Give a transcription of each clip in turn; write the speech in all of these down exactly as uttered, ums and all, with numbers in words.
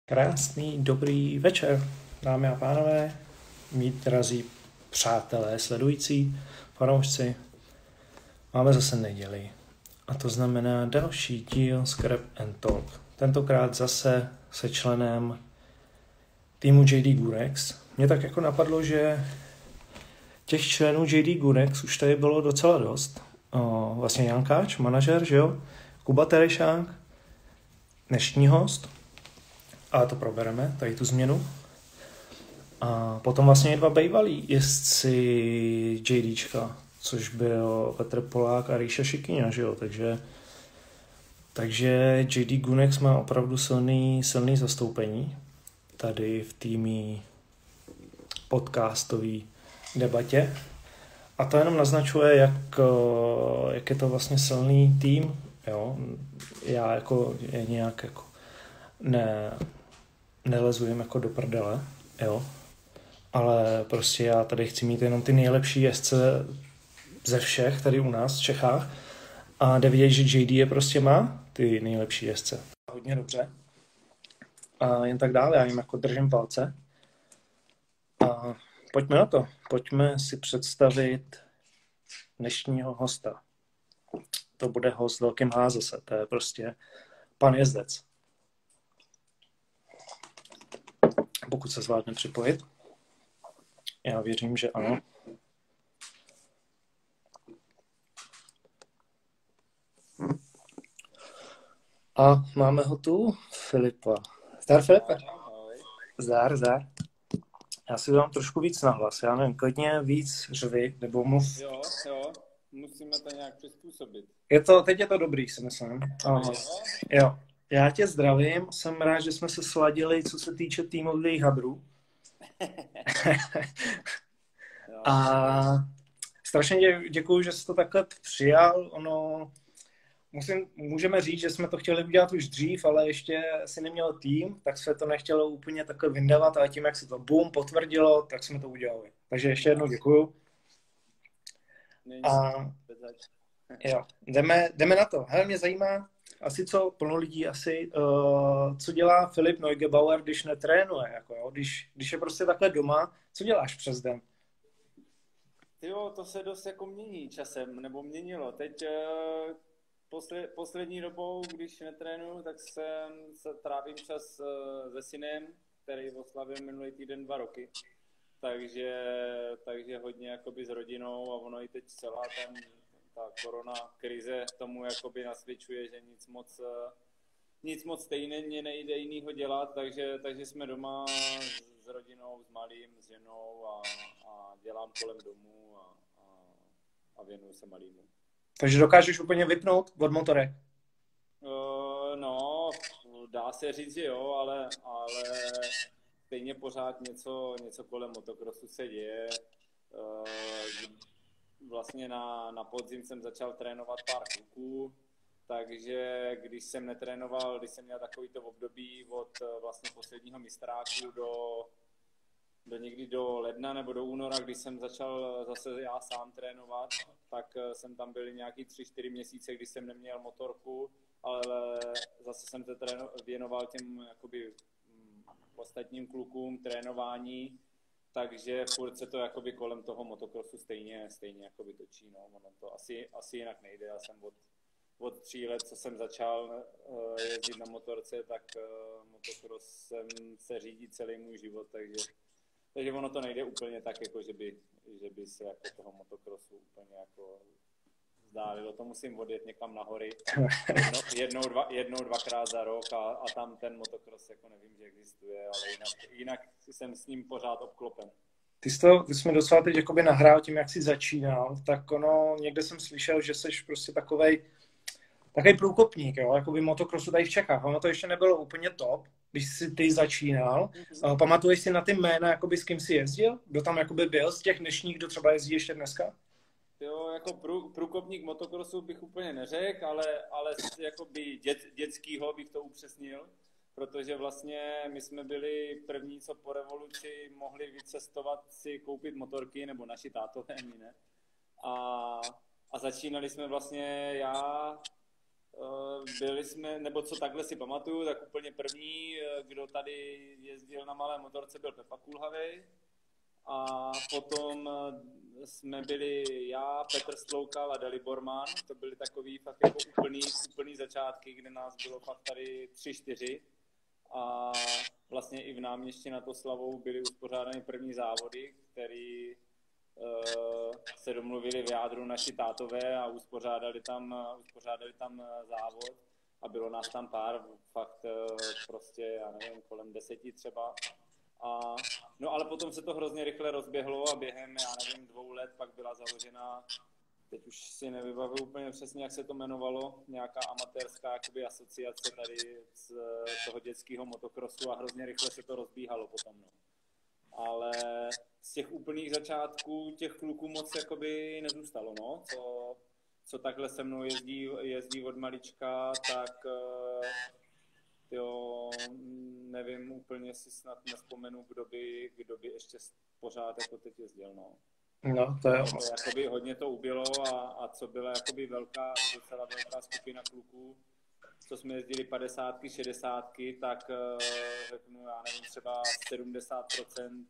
Krásný, dobrý večer, dámy a pánové, mí drazí přátelé, sledující, fanoušci. Máme zase neděli a to znamená další díl Scrap and Talk. Tentokrát zase se členem týmu J D Gurex. Mě tak jako napadlo, že těch členů J D Gurex už tady bylo docela dost. O, vlastně Jan Káč, manažer, že jo? Kuba Terešák, dnešní host. A to probereme, tady tu změnu. A potom vlastně dva bejvalí jezdci JDčka, což byl Petr Polák a Ríša Šikyňa, že jo, takže takže J D Gunex má opravdu silný, silný zastoupení tady v týmí podcastový debatě. A to jenom naznačuje, jak, jak je to vlastně silný tým, jo. Já jako je nějak jako ne, nelezujem jako do prdele, jo. Ale prostě já tady chci mít jenom ty nejlepší jezdce ze všech tady u nás v Čechách a jde vidět, že J D je prostě má ty nejlepší jezdce. Hodně dobře. A jen tak dále, já jim jako držím palce. A pojďme na to. Pojďme si představit dnešního hosta. To bude host s velkým H zase. To je prostě pan jezdec. Pokud se zvládne připojit. Já věřím, že ano. A máme ho tu, Filipa. Zdar, Filipe. Zdar, zdar. Já si dám trošku víc nahlas. Já nevím, klidně víc řvi, nebo mluv. Jo, jo, musíme to nějak přizpůsobit. Je to, teď je to dobrý, si myslím. Aha. Jo. Já tě zdravím, jsem rád, že jsme se sladili, co se týče týmových hadrů. A strašně děkuju, že jsi to takhle přijal. Ono, musím, můžeme říct, že jsme to chtěli udělat už dřív, ale ještě si neměl tým, tak se to nechtělo úplně takhle vyndavat, ale tím, jak se to boom potvrdilo, tak jsme to udělali. Takže ještě jednou děkuju. A jo, jdeme, jdeme na to. Hele, mě zajímá asi co plno lidí asi, uh, co dělá Filip Neugebauer, když netrénuje, jako jo, když, když je prostě takhle doma, co děláš přes den? Jo, to se dost jako mění časem, nebo měnilo. Teď posled, poslední dobou, když netrénuju, tak jsem, se trávím čas se synem, který oslavil minulý týden dva roky. Takže, takže hodně jakoby s rodinou a ono i teď celá ten, ta korona krize tomu jakoby nasvědčuje, že nic moc, nic moc stejně nejde jinýho dělat, takže, takže jsme doma s rodinou, s malým, s ženou a, a dělám kolem domu a, a, a věnuju se malýmu. Takže dokážeš úplně vypnout od motorek? Uh, no, dá se říct, že jo, ale, ale stejně pořád něco, něco kolem motokrosu se děje. Uh, vlastně na, na podzim jsem začal trénovat pár kluků, takže když jsem netrénoval, když jsem měl takovýto období od vlastně posledního mistráku do, do někdy do ledna nebo do února, když jsem začal zase já sám trénovat, tak jsem tam byl nějaký tři, čtyři měsíce, kdy jsem neměl motorku, ale zase jsem se tréno, věnoval těm jakoby ostatním klukům, trénování, takže furt se to jakoby kolem toho motokrosu stejně, stejně jakoby točí, no, ono to asi, asi jinak nejde, já jsem od Od tří let, co jsem začal uh, jezdit na motorce, tak uh, motokrosem se řídí celý můj život, takže, takže ono to nejde úplně tak, jako že by, že by se jako toho motokrosu úplně jako vzdálilo. To musím odjet někam na hory jednou, jednou, dva, jednou dvakrát za rok a, a tam ten motokros jako nevím, že existuje, ale jinak, jinak jsem s ním pořád obklopen. Ty jsi, to, ty jsi mi docela teď jakoby nahrál tím, jak jsi začínal, tak ono, někde jsem slyšel, že jsi prostě takovej takový průkopník, jo, jakoby motokrosu tady v Čechách. Ono to ještě nebylo úplně top, když jsi ty začínal. Mm-hmm. Pamatuješ si na ty jména, jakoby s kým jsi jezdil? Kdo tam jakoby byl z těch dnešních, kdo třeba jezdí ještě dneska? Jo, jako prů, průkopník motokrosu bych úplně neřekl, ale, ale jakoby dět, dětskýho bych to upřesnil, protože vlastně my jsme byli první, co po revoluci mohli vycestovat si koupit motorky, nebo naši tátové, my ne. A, a začínali jsme vlastně já, byli jsme, nebo co takhle si pamatuju, tak úplně první, kdo tady jezdil na malé motorce, byl Pepa Kulhavej. A potom jsme byli já, Petr Stloukal a Dalibor Mann. To byly takový fakt jako úplný, úplný začátky, kde nás bylo fakt tady tři, čtyři. A vlastně i v Náměšti nad Oslavou byly uspořádány první závody, který uh, se domluvili v jádru naši tátové a uspořádali tam, uspořádali tam závod. A bylo nás tam pár, fakt uh, prostě, já nevím, kolem deseti třeba. A, no ale potom se to hrozně rychle rozběhlo a během, já nevím, dvou let pak byla založena, teď už si nevybavuju úplně přesně, jak se to jmenovalo, nějaká amatérská jakoby asociace tady z toho dětského motokrosu a hrozně rychle se to rozbíhalo potom. No. Ale z těch úplných začátků těch kluků moc jakoby nezůstalo, no, co, co takhle se mnou jezdí, jezdí od malička, tak jo, nevím, úplně si snad nespomenu, kdo by, kdo by ještě pořád jako teď jezdil, no. No, to je... To, jakoby hodně to ubylo a, a co byla jakoby velká, docela velká skupina kluků, co jsme jezdili padesátky, šedesátky, tak řeknu, já nevím, třeba sedmdesát procent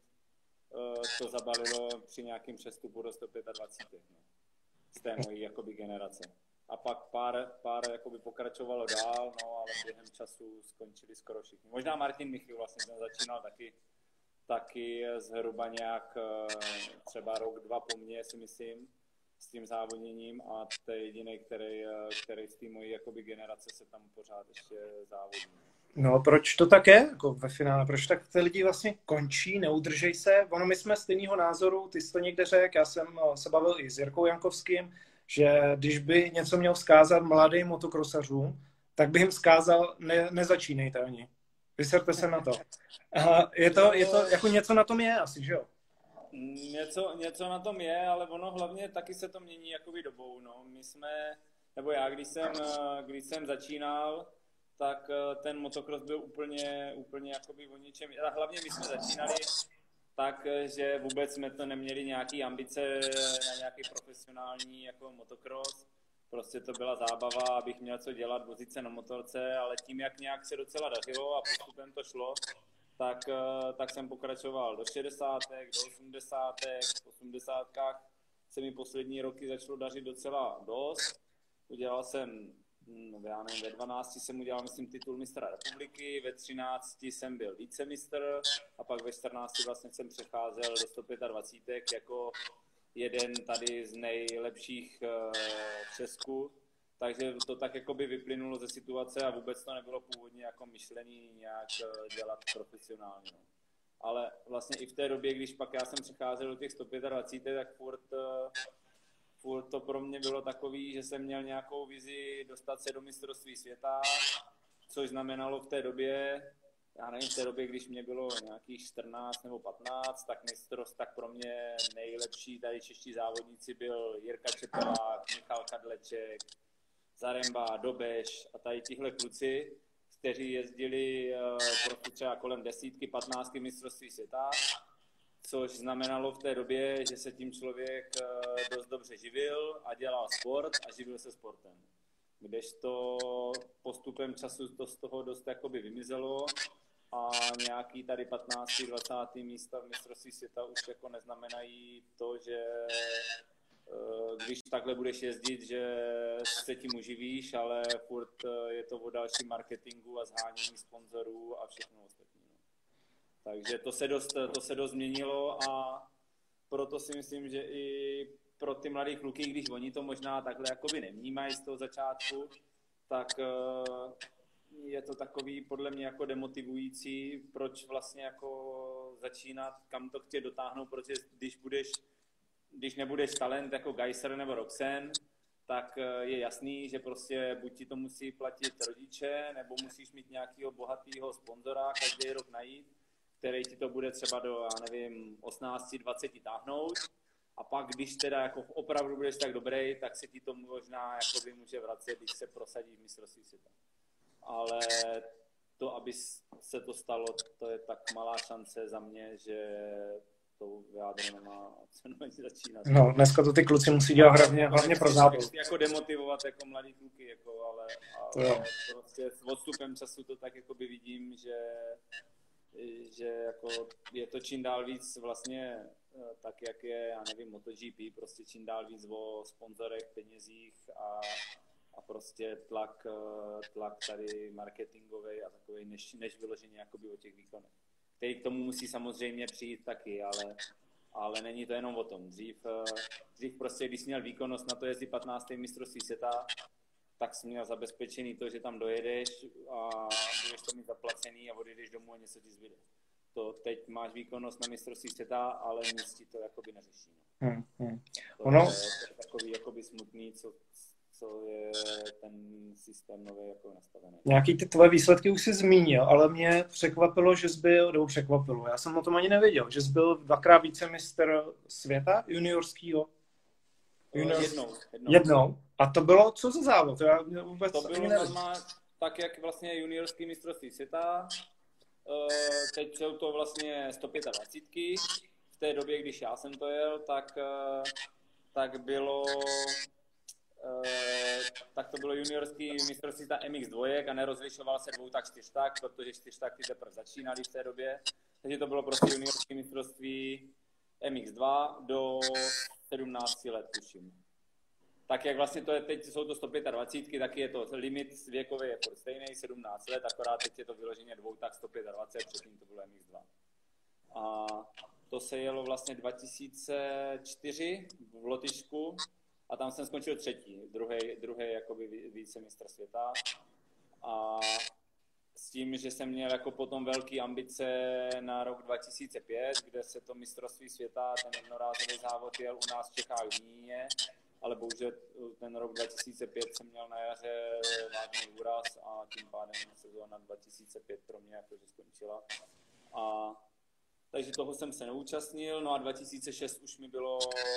to zabalilo při nějakém přestupu do sto dvacet pět, no. Z té mojí jakoby generace. A pak pár, pár jakoby pokračovalo dál, no, ale během času skončili skoro všichni. Možná Martin Michyl, vlastně jsem začínal taky, taky zhruba nějak třeba rok, dva po mně, si myslím, s tím závodněním a to je jediný, který, který z té mojí jakoby generace se tam pořád ještě závodí. No, proč to tak je, jako ve finále? Proč tak ty lidi vlastně končí, neudržej se? Ono, my jsme stejného názoru, ty jsi to někde řekl, já jsem se bavil i s Jirkou Jankovským, že když by něco měl vzkázat mladým motokrosařům, tak by jim vzkázal, ne, nezačínejte ani. Vyserte se na to. A je to, je to, jako něco na tom je asi, že jo? Něco, něco na tom je, ale ono hlavně taky se to mění jakoby dobou, no. My jsme, nebo já, když jsem, když jsem začínal, tak ten motocross byl úplně, úplně jakoby o ničem. A hlavně my jsme začínali tak, že vůbec jsme to neměli nějaký ambice na nějaký profesionální jako motocross. Prostě to byla zábava, abych měl co dělat, vozit se na motorce, ale tím, jak nějak se docela dařilo a postupem to šlo, tak, tak jsem pokračoval do šedesátek, do osmdesátek, v osmdesátkách se mi poslední roky začalo dařit docela dost. Udělal jsem, no já nevím, ve dvanácti jsem udělal, myslím, titul mistra republiky, ve třinácti jsem byl vicemistr a pak ve čtrnácti vlastně jsem přecházel do sto dvacet pět jako jeden tady z nejlepších v Česku. Takže to tak jakoby vyplynulo ze situace a vůbec to nebylo původně jako myšlený nějak dělat profesionálně. Ale vlastně i v té době, když pak já jsem přicházel do těch sto dvacet pět, tak furt, furt to pro mě bylo takový, že jsem měl nějakou vizi dostat se do mistrovství světa, což znamenalo v té době, já nevím, v té době, když mě bylo nějakých čtrnáct nebo patnáct, tak mistrovství, tak pro mě nejlepší tady čeští závodníci byl Jirka Čepelák, Michal Kadleček, Zaremba, Dobeš a tady tihle kluci, kteří jezdili uh, prostě třeba kolem desítky, patnáctky mistrovství světa, což znamenalo v té době, že se tím člověk uh, dost dobře živil a dělal sport a živil se sportem. Kdežto postupem času to z toho dost jakoby vymizelo a nějaký tady patnáctý dvacátý místa v mistrovství světa už jako neznamenají to, že když takhle budeš jezdit, že se tím uživíš, ale furt je to o dalším marketingu a zhánění sponzorů a všechno ostatní. Takže to se dost, to se dost změnilo a proto si myslím, že i pro ty mladý kluky, když oni to možná takhle jakoby nevnímají z toho začátku, tak je to takový podle mě jako demotivující, proč vlastně jako začínat, kam to chtět dotáhnout, protože když budeš Když nebudeš talent jako Geiser nebo Roxen, tak je jasný, že prostě buď ti to musí platit rodiče, nebo musíš mít nějakého bohatého sponzora každý rok najít, který ti to bude třeba do, já nevím, osmnáct dvacet táhnout. A pak, když teda jako opravdu budeš tak dobrý, tak se ti to možná jakoby může vracet, když se prosadí v mistrovství světa. Ale to, aby se to stalo, to je tak malá šance za mě, že to vyjádro nemá cenu ani začínat. No, dneska to ty kluci musí dělat hlavně, hlavně pro zábavu. Jako demotivovat jako mladý kluky, jako, ale, ale prostě s odstupem času to tak jakoby vidím, že, že jako je to čím dál víc vlastně tak, jak je, já nevím, MotoGP, prostě čím dál víc o sponzorech, penězích a, a prostě tlak, tlak tady marketingový a takový, než, než vyloženě jakoby o těch výkonech. Který k tomu musí samozřejmě přijít taky, ale, ale není to jenom o tom. Dřív, dřív prostě, když jsi měl výkonnost na to jezdit patnácté mistrovství světa, tak jsi měl zabezpečený to, že tam dojedeš a budeš to mít zaplacený a odjedeš domů a něco ti zbyde. To teď máš výkonnost na mistrovství světa, ale nic ti to jakoby neřeší. No. Hmm, hmm. To ono... je takový jakoby smutný, co, co je ten systém nový jako nastavený. Nějaký ty tvoje výsledky už jsi zmínil, ale mě překvapilo, že jsi byl, nebo překvapilo, já jsem o tom ani nevěděl, že jsi byl dvakrát vícemistr světa juniorského. Junior... Jednou, jednou. Jednou. A to bylo co za závod? Já vůbec to bylo normálně tak, jak vlastně juniorský mistrovství světa. Teď jsou to vlastně sto dvacet pět. V té době, když já jsem to jel, tak, tak bylo tak to bylo juniorský mistrovství ta M X dva a nerozlišoval se dvou tak čtyř tak, protože čtyř tak ty teprve začínaly v té době. Takže to bylo prostě juniorské mistrovství M X dva do sedmnácti let, tuším. Tak jak vlastně to je, teď jsou to sto dvacet pět, tak je to limit věkový je furt stejný, sedmnáct let, akorát teď je to vyloženě dvou tak sto dvacet pět, předtím to bylo M X dva. A to se jelo vlastně dva tisíce čtyři v Lotyšsku a tam jsem skončil třetí, druhý, druhý jakoby vícemistr světa. A s tím, že jsem měl jako potom velký ambice na rok dva tisíce pět, kde se to mistrovství světa, ten jednorázový závod jel u nás v Čechách v Níně, ale bohužel ten rok dva tisíce pět jsem měl na jaře vážný úraz a tím pádem sezóna dva tisíce pět pro mě jakože skončila. A, takže toho jsem se neúčastnil, no a dva tisíce šest už mi bylo,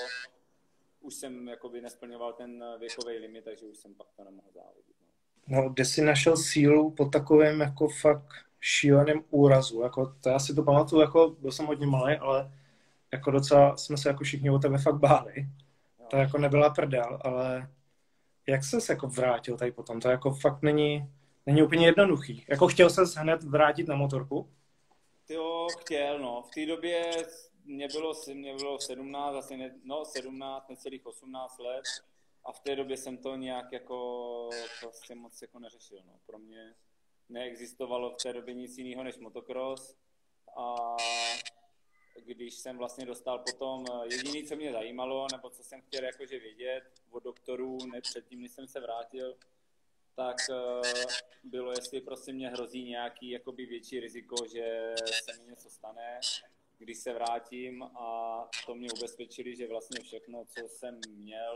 už jsem jakoby nesplňoval ten věkový limit, takže už jsem pak to nemohl závodit. No. No, kde jsi našel sílu po takovém jako fakt šíleném úrazu? Jako, to já si to pamatuju, jako byl jsem hodně malý, ale jako docela jsme se jako všichni o tebe fakt báli. No. To jako nebyla prdel, ale jak ses jako vrátil tady potom? To jako fakt není, není úplně jednoduchý. Jako chtěl ses hned vrátit na motorku? Jo, chtěl, no. V té době mě bylo, mě bylo sedmnáct, asi ne, no sedmnáct, necelých osmnáct let. A v té době jsem to nějak jako prostě moc jako neřešil. No. Pro mě neexistovalo v té době nic jiného než motocross. A když jsem vlastně dostal potom, jediné, co mě zajímalo, nebo co jsem chtěl jakože vědět od doktorů, ne předtím, než jsem se vrátil, tak bylo, jestli prostě mě hrozí nějaký jakoby větší riziko, že se mi něco stane, když se vrátím. A to mě ubezpečili, že vlastně všechno, co jsem měl,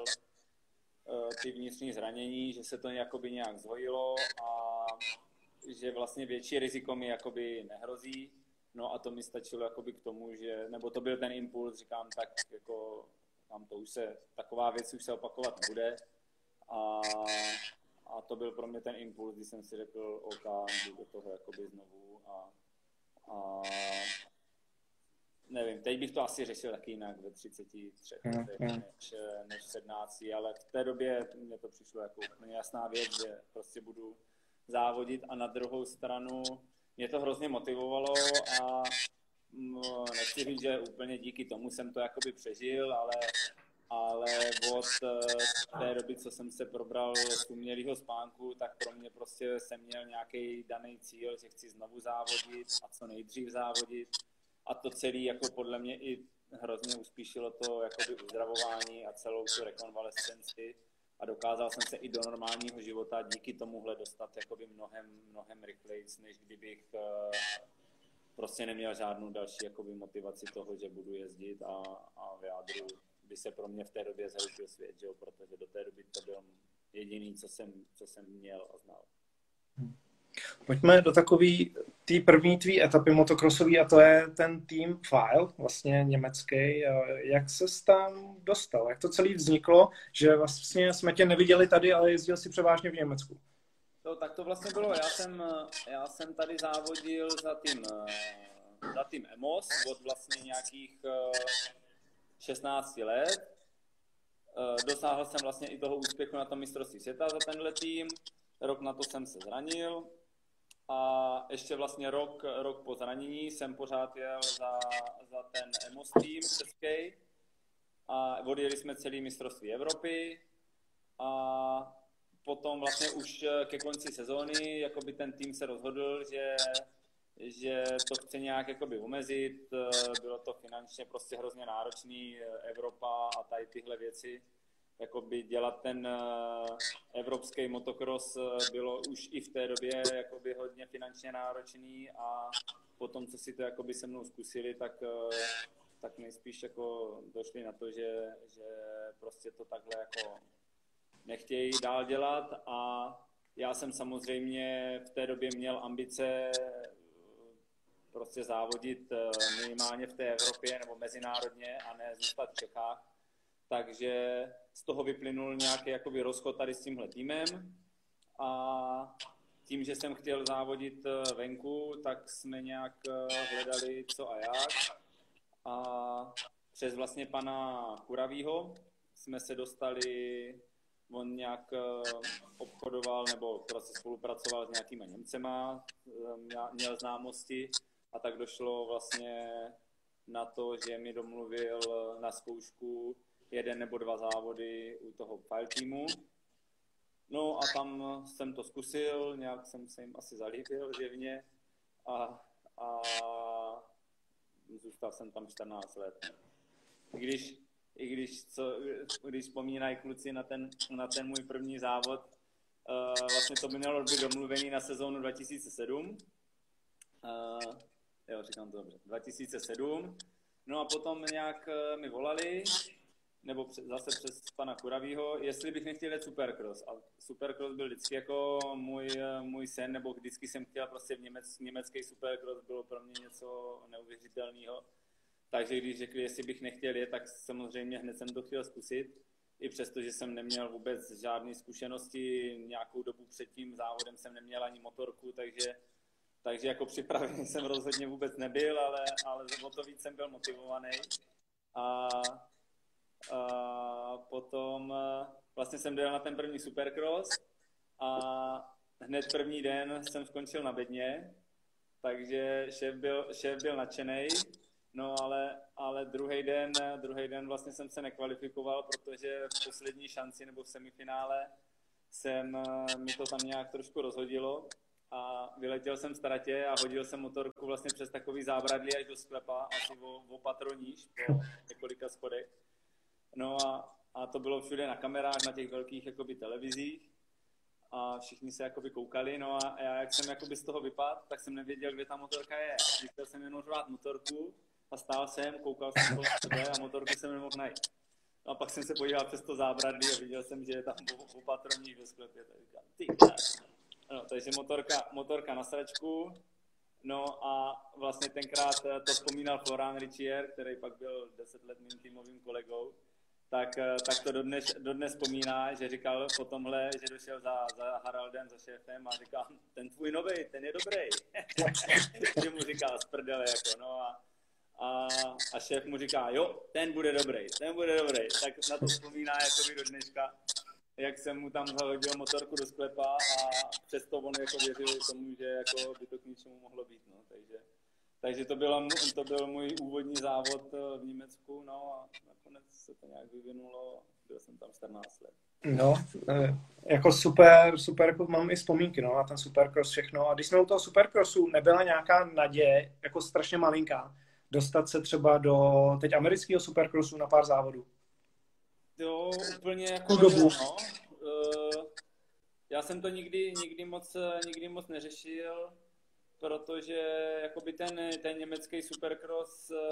ty vnitřní zranění, že se to jakoby nějak zhojilo a že vlastně větší riziko mi jakoby nehrozí. No a to mi stačilo jakoby k tomu, že, nebo to byl ten impuls, říkám, tak jako, tam to už se, taková věc už se opakovat nebude. A, a to byl pro mě ten impuls, kdy jsem si řekl, OK, jdu do toho jakoby znovu a, a nevím, teď bych to asi řešil taky jinak ve třiceti třech letech než, než sedmnácti, ale v té době mně to přišlo jako úplně jasná věc, že prostě budu závodit a na druhou stranu mě to hrozně motivovalo a no, nechci říct, že úplně díky tomu jsem to jakoby přežil, ale, ale od té doby, co jsem se probral z umělého spánku, tak pro mě prostě jsem měl nějaký daný cíl, že chci znovu závodit a co nejdřív závodit. A to celé jako podle mě i hrozně uspíšilo to jakoby uzdravování a celou tu rekonvalescenci a dokázal jsem se i do normálního života díky tomuhle dostat jakoby mnohem, mnohem rychleji, než kdybych uh, prostě neměl žádnou další jakoby motivaci toho, že budu jezdit a, a v jádru by se pro mě v té době zhroutil svět, že jo? Protože do té doby to byl jediný, co jsem, co jsem měl a znal. Pojďme do takový té první tvý etapy motocrossový a to je ten tým Pfeil, vlastně německý. Jak ses tam dostal? Jak to celé vzniklo, že vlastně jsme tě neviděli tady, ale jezdil si převážně v Německu? To, tak to vlastně bylo. Já jsem, já jsem tady závodil za tým za tým E M O S od vlastně nějakých uh, šestnáct let. Uh, dosáhl jsem vlastně i toho úspěchu na tom mistrovství světa za tenhle tým. Rok na to jsem se zranil. A ještě vlastně rok, rok po zranění jsem pořád jel za, za ten E M O S tým český. A odjeli jsme celý mistrovství Evropy. A potom vlastně už ke konci sezóny jakoby ten tým se rozhodl, že, že to chce nějak jakoby omezit. Bylo to finančně prostě hrozně náročný, Evropa a tady tyhle věci. Jakoby dělat ten evropský motocross bylo už i v té době jakoby hodně finančně náročný a potom, co si to jakoby se mnou zkusili, tak, tak nejspíš jako došli na to, že, že prostě to takhle jako nechtějí dál dělat a já jsem samozřejmě v té době měl ambice prostě závodit minimálně v té Evropě nebo mezinárodně a ne zůstat v Čechách. Takže z toho vyplynul nějaký jakoby rozchod tady s tímhle týmem a tím, že jsem chtěl závodit venku, tak jsme nějak hledali co a jak a přes vlastně pana Kuravýho jsme se dostali, on nějak obchodoval nebo prostě spolupracoval s nějakýma Němcema, měl známosti a tak došlo vlastně na to, že mi domluvil na zkoušku jeden nebo dva závody u toho File týmu. No a tam jsem to zkusil, nějak jsem se jim asi zalíbil zjevně a, a zůstal jsem tam čtrnáct let. I když, i když, co, když vzpomínají kluci na ten, na ten můj první závod, uh, vlastně to by mělo být domluvený na sezónu dva tisíce sedm. Uh, jo, říkám to dobře, dva tisíce sedm. No a potom nějak mi volali, nebo přes, zase přes pana Kuravýho, jestli bych nechtěl jet Supercross. A Supercross byl vždycky jako můj, můj sen, nebo vždycky jsem chtěl prostě v Němec, německý Supercross, bylo pro mě něco neuvěřitelného. Takže když řekli, jestli bych nechtěl jet, tak samozřejmě hned jsem to chtěl zkusit. I přesto, že jsem neměl vůbec žádné zkušenosti, nějakou dobu před tím závodem jsem neměl ani motorku, takže, takže jako připravený jsem rozhodně vůbec nebyl, ale, ale o to víc jsem byl motivovaný. A A potom vlastně jsem dojel na ten první Supercross a hned první den jsem skončil na bedně, takže šéf byl, šéf byl nadšenej, no ale, ale druhý den, druhý den vlastně jsem se nekvalifikoval, protože v poslední šanci nebo v semifinále jsem, mi to tam nějak trošku rozhodilo a vyletěl jsem z tratě a hodil jsem motorku vlastně přes takový zábradlí až do sklepa, asi o, o patro níž po několika schodech. No a, a to bylo všude na kamerách, na těch velkých jakoby televizích a všichni se jakoby koukali, no a já jak jsem jakoby z toho vypadl, tak jsem nevěděl, kde ta motorka je. Chtěl jsem jenom řvát motorku a stál jsem, koukal jsem kolem sebe a motorku jsem nemohl najít. No a pak jsem se podíval přes to zábradlí a viděl jsem, že je tam opatrovník ve sklepě, tak říkám, ty no, takže motorka, motorka na sračku, no a vlastně tenkrát to vzpomínal Florian Richier, který pak byl deset let mým týmovým kolegou, tak, tak to dodnes, dodnes vzpomíná, že říkal po tomhle, že došel za, za Haraldem, za šéfem a říkal, ten tvůj novej, ten je dobrý. Že mu říkal z prdele, jako, no a, a, a šéf mu říká, jo, ten bude dobrý, ten bude dobrý. Tak na to vzpomíná jakoby do dneška, jak jsem mu tam zahodil motorku do sklepa a přesto on jako věřil tomu, že jako by to k ničemu mohlo být, no, takže, takže to, bylo, to byl můj úvodní závod v Německu, no a nakonec se to nějak vyvinulo, byl jsem tam čtrnáct let. No, jako super, super, jako mám i vzpomínky, no, a ten Supercross všechno. A když jsme u toho Supercrossu, nebyla nějaká naděje, jako strašně malinká, dostat se třeba do teď amerického Supercrossu na pár závodů? Jo, úplně jako dobu. No. Uh, já jsem to nikdy, nikdy, moc, nikdy moc neřešil, protože jakoby ten, ten německý Supercross uh,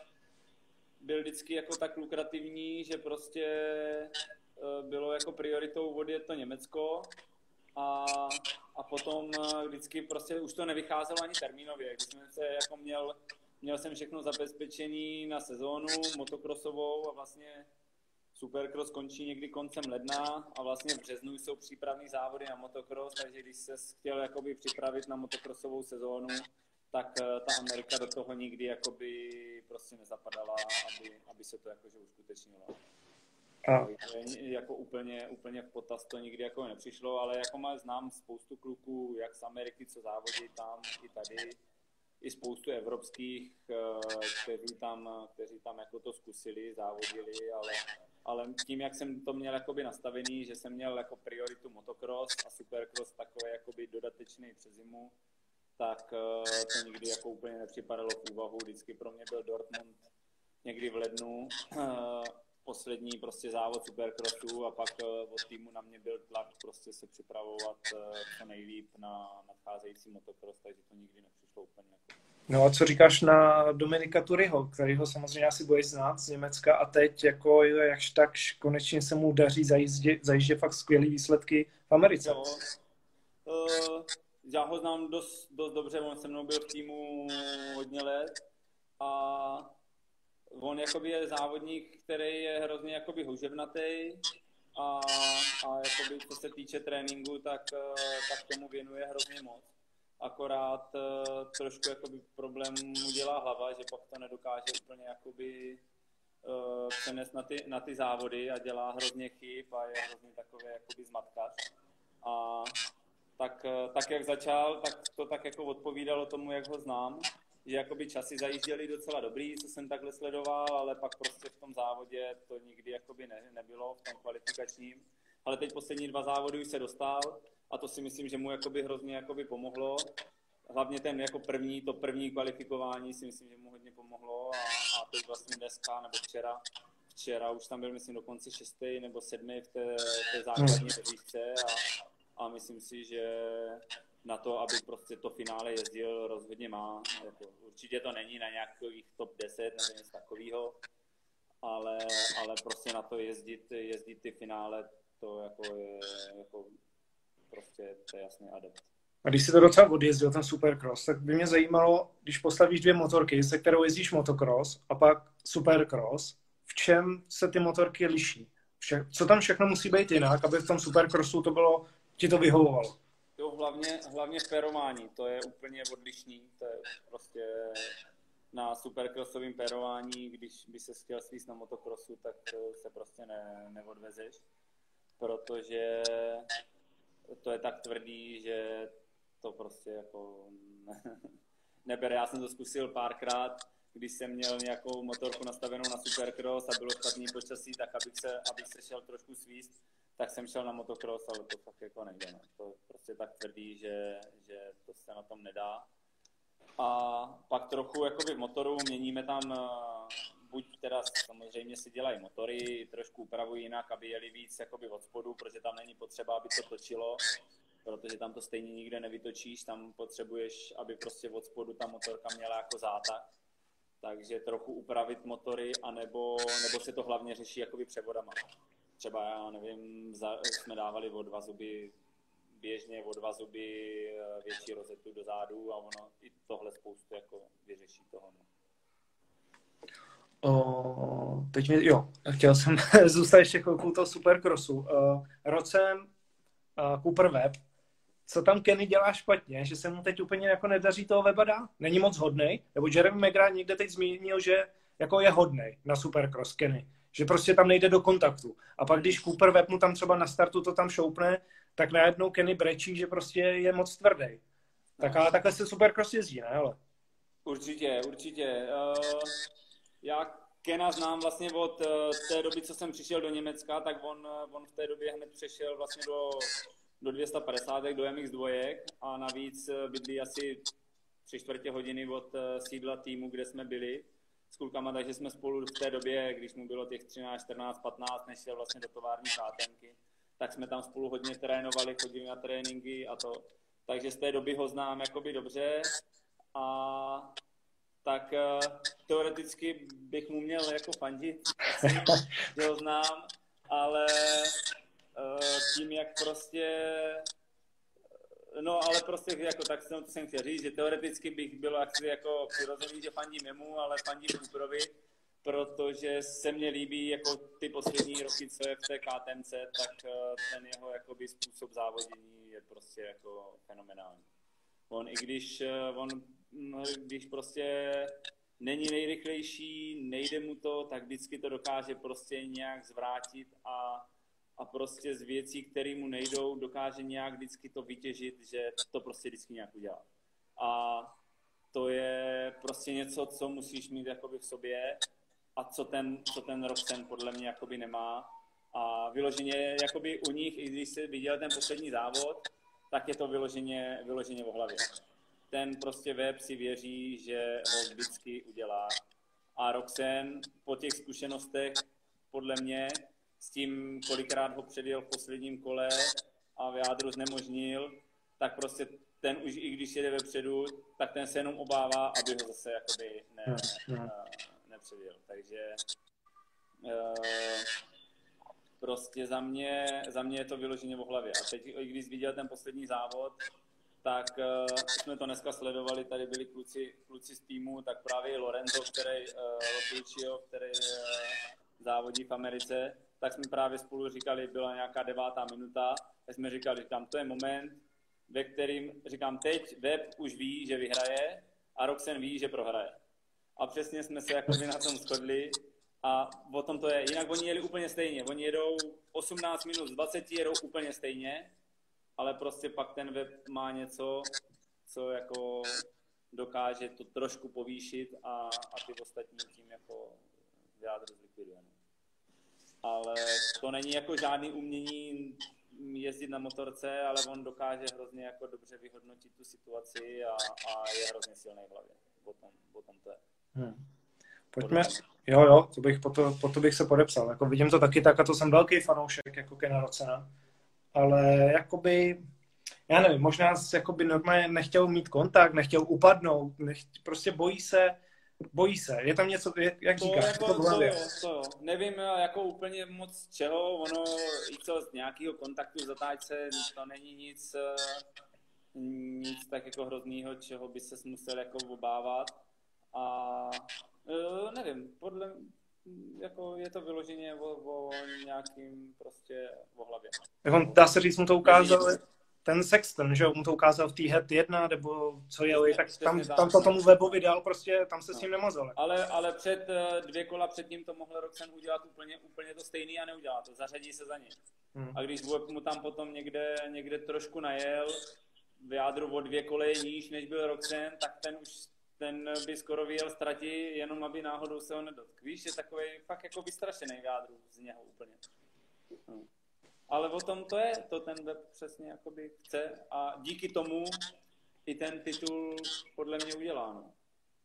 byl vždycky jako tak lukrativní, že prostě uh, bylo jako prioritou odjet to Německo a, a potom uh, vždycky prostě už to nevycházelo ani termínově. Když jsem se jako měl, měl jsem všechno zabezpečený na sezónu motocrossovou a vlastně Supercross končí někdy koncem ledna a vlastně v březnu jsou přípravní závody na motocross, takže když se chtěl jakoby připravit na motocrossovou sezónu, tak ta Amerika do toho nikdy jakoby prostě nezapadala, aby, aby se to jakože uskutečnilo. A. Takže jako úplně, úplně v potaz to nikdy jako nepřišlo, ale jako má, znám spoustu kluků, jak z Ameriky, co závodí tam, i tady, i spoustu evropských, kteří tam, kteří tam jako to zkusili, závodili, ale, ale tím, jak jsem to měl jakoby nastavený, že jsem měl jako prioritu motocross a supercross takový jakoby dodatečný přes zimu, tak to nikdy jako úplně nepřipadalo v úvahu. Vždycky pro mě byl Dortmund někdy v lednu, poslední prostě závod supercrossu a pak od týmu na mě byl tlak prostě se připravovat co nejlíp na nadcházející motocross, takže to nikdy nepřišlo úplně jako. No a co říkáš na Dominika Turyho, kterýho samozřejmě asi budeš znát z Německa a teď jako jakž takž konečně se mu daří zajíždět, zajíždět fakt skvělý výsledky v Americe. Jo. Uh, já ho znám dost, dost dobře, on se mnou byl v týmu hodně let a on jakoby je závodník, který je hrozně jakoby houževnatý a, a jakoby, co se týče tréninku, tak, tak tomu věnuje hrozně moc. Akorát uh, trošku jakoby problém mu dělá hlava, že pak to nedokáže úplně jakoby uh, přenést na ty, na ty závody a dělá hrozně chyb a je hrozně takový jakoby zmatkař. A tak, tak jak začal, tak to tak jako odpovídalo tomu, jak ho znám, že jakoby časy zajížděly docela dobrý, co jsem takhle sledoval, ale pak prostě v tom závodě to nikdy jakoby ne, nebylo, v tom kvalifikačním. Ale teď poslední dva závody už se dostal a to si myslím, že mu jakoby hrozně jakoby pomohlo. Hlavně ten jako první, to první kvalifikování si myslím, že mu hodně pomohlo a, a teď vlastně dneska nebo včera, včera už tam byl myslím dokonce šestý nebo sedmý v té, té základní řízce a, a myslím si, že na to, aby prostě to finále jezdil, rozhodně má. Jako, určitě to není na nějakých top deset nebo něco takového, ale, ale prostě na to jezdit, jezdit ty finále, to jako je jako prostě to je jasný adept. A když si to docela odjezdil, ten supercross, tak by mě zajímalo, když postavíš dvě motorky, se kterou jezdíš motocross a pak supercross, v čem se ty motorky liší? Vše, co tam všechno musí být jinak, aby v tom supercrossu to bylo, ti to vyhovovalo? Jo, hlavně, hlavně pérování, to je úplně odlišný, to je prostě na supercrossovém pérování, když by se chtěl svíst na motocrossu, tak se prostě ne, neodvezeš, protože to je tak tvrdý, že to prostě jako nebere. Já jsem to zkusil párkrát, když jsem měl nějakou motorku nastavenou na supercross a bylo špatný počasí, tak abych se, abych se šel trošku svíst, tak jsem šel na motocross, ale to fakt jako nejde. No. To je prostě tak tvrdý, že, že to se na tom nedá. A pak trochu jakoby v motoru měníme tam, buď teda samozřejmě si dělají motory, trošku upravují jinak, aby jeli víc jakoby od spodu, protože tam není potřeba, aby to točilo, protože tam to stejně nikde nevytočíš, tam potřebuješ, aby prostě od spodu ta motorka měla jako zátah. Takže trochu upravit motory, anebo, nebo se to hlavně řeší jakoby převodama. Třeba, já nevím, za, jsme dávali o dva zuby, běžně o dva zuby větší rozetu do zádu a ono i tohle spoustu jako vyřeší toho. No. O, teď mi, jo, chtěl jsem zůstat ještě chvilku toho supercrossu. Uh, Rocem uh, Cooper Webb, co tam Kenny dělá špatně, že se mu teď úplně jako nedaří toho Webba dát? Není moc hodnej? Nebo Jeremy McGrath někde teď zmínil, že jako je hodnej na supercross Kenny. Že prostě tam nejde do kontaktu. A pak když Cooper Webb mu tam třeba na startu to tam šoupne, tak najednou Kenny brečí, že prostě je moc tvrdý. Tak ale takhle se supercross jezdí, ne? Ale... Určitě, určitě. Uh, já Kena znám vlastně od uh, té doby, co jsem přišel do Německa, tak on, on v té době hned přešel vlastně do, do dvě stě padesát, do M X dva a navíc bydlí asi tři čtvrtě hodiny od uh, sídla týmu, kde jsme byli s klukama, takže jsme spolu v té době, když mu bylo těch třináct, čtrnáct, patnáct, než šel vlastně do tovární kátenky, tak jsme tam spolu hodně trénovali, chodili na tréninky a to. Takže z té doby ho znám jakoby dobře a tak uh, teoreticky bych mu měl jako fandit, asi, že ho znám, ale uh, tím, jak prostě no, ale prostě jako tak jsem to jsem chtěl říct, že teoreticky bych bylo asi jako přirozený, že fandím jemu, ale fandím Cooperovi, protože se mně líbí jako ty poslední roky, co je v té K T M C, tak ten jeho jakoby způsob závodění je prostě jako fenomenální. On i když, on když prostě není nejrychlejší, nejde mu to, tak vždycky to dokáže prostě nějak zvrátit a, a prostě z věcí, které mu nejdou, dokáže nějak vždycky to vytěžit, že to prostě vždycky nějak udělá. A to je prostě něco, co musíš mít jakoby v sobě a co ten, co ten Roczen podle mě jakoby nemá. A vyloženě jakoby u nich, i když jsi viděl ten poslední závod, tak je to vyloženě, vyloženě o hlavě. Ten prostě web si věří, že ho vždycky udělá. A Roczen po těch zkušenostech, podle mě, s tím, kolikrát ho předjel v posledním kole a v jádru znemožnil, tak prostě ten už, i když jede vepředu, tak ten se jenom obává, aby ho zase jakoby ne, ne, nepředjel. Takže uh, prostě za mě, za mě je to vyloženě o hlavě. A teď, i když viděl ten poslední závod, tak uh, jsme to dneska sledovali, tady byli kluci, kluci z týmu, tak právě Lorenzo, který, uh, který uh, závodí v Americe, tak jsme právě spolu říkali, byla nějaká devátá minuta, tak jsme říkali, říkám, to je moment, ve kterým, říkám, teď web už ví, že vyhraje a Roczen ví, že prohraje. A přesně jsme se jakoby na tom shodli a o tom to je. Jinak oni jeli úplně stejně, oni jedou osmnáct minut z dvaceti, jedou úplně stejně, ale prostě pak ten web má něco, co jako dokáže to trošku povýšit a, a ty ostatní tím jako v jádru zlikviduje. Ale to není jako žádný umění jezdit na motorce, ale on dokáže hrozně jako dobře vyhodnotit tu situaci a, a je hrozně silný v hlavě. O tom, o tom to je. Hmm. Pojďme, jo, jo, to bych, po, to, po to bych se podepsal. Jako vidím to taky tak, a to jsem velký fanoušek jako Kena Rotzena. Ale jakoby, já nevím, možná jakoby normálně nechtěl mít kontakt, nechtěl upadnout, nech, prostě bojí se, bojí se. Je tam něco, jak to říkáš, jako, to, to, jo, to jo. Nevím jako úplně moc čeho, ono i co z nějakého kontaktu v zatáčce, to není nic, nic tak jako hroznýho, čeho by se musel jako obávat. A nevím, podle jako je to vyloženě o, o nějakým prostě o hlavě. On, dá se říct, mu to ukázal ten Sexton, že mu to ukázal v té Head jedna, nebo co jeli, tak tam, tam to tomu webovi dal, prostě tam se no. s tím nemazal. Ale, ale před dvě kola předtím to mohl Roczen udělat úplně, úplně to stejný a neudělá to, zařadí se za ně. Hmm. A když web mu tam potom někde, někde trošku najel, v jádru o dvě koleje níž, než byl Roczen, tak ten už ten by skoro vyjel ztratí, jenom aby náhodou se ho nedotk. Víš, je takový fakt jako vystrašený v jádru z něho úplně. Hmm. Ale o tom to je, to ten web přesně jakoby chce a díky tomu i ten titul podle mě udělá. No.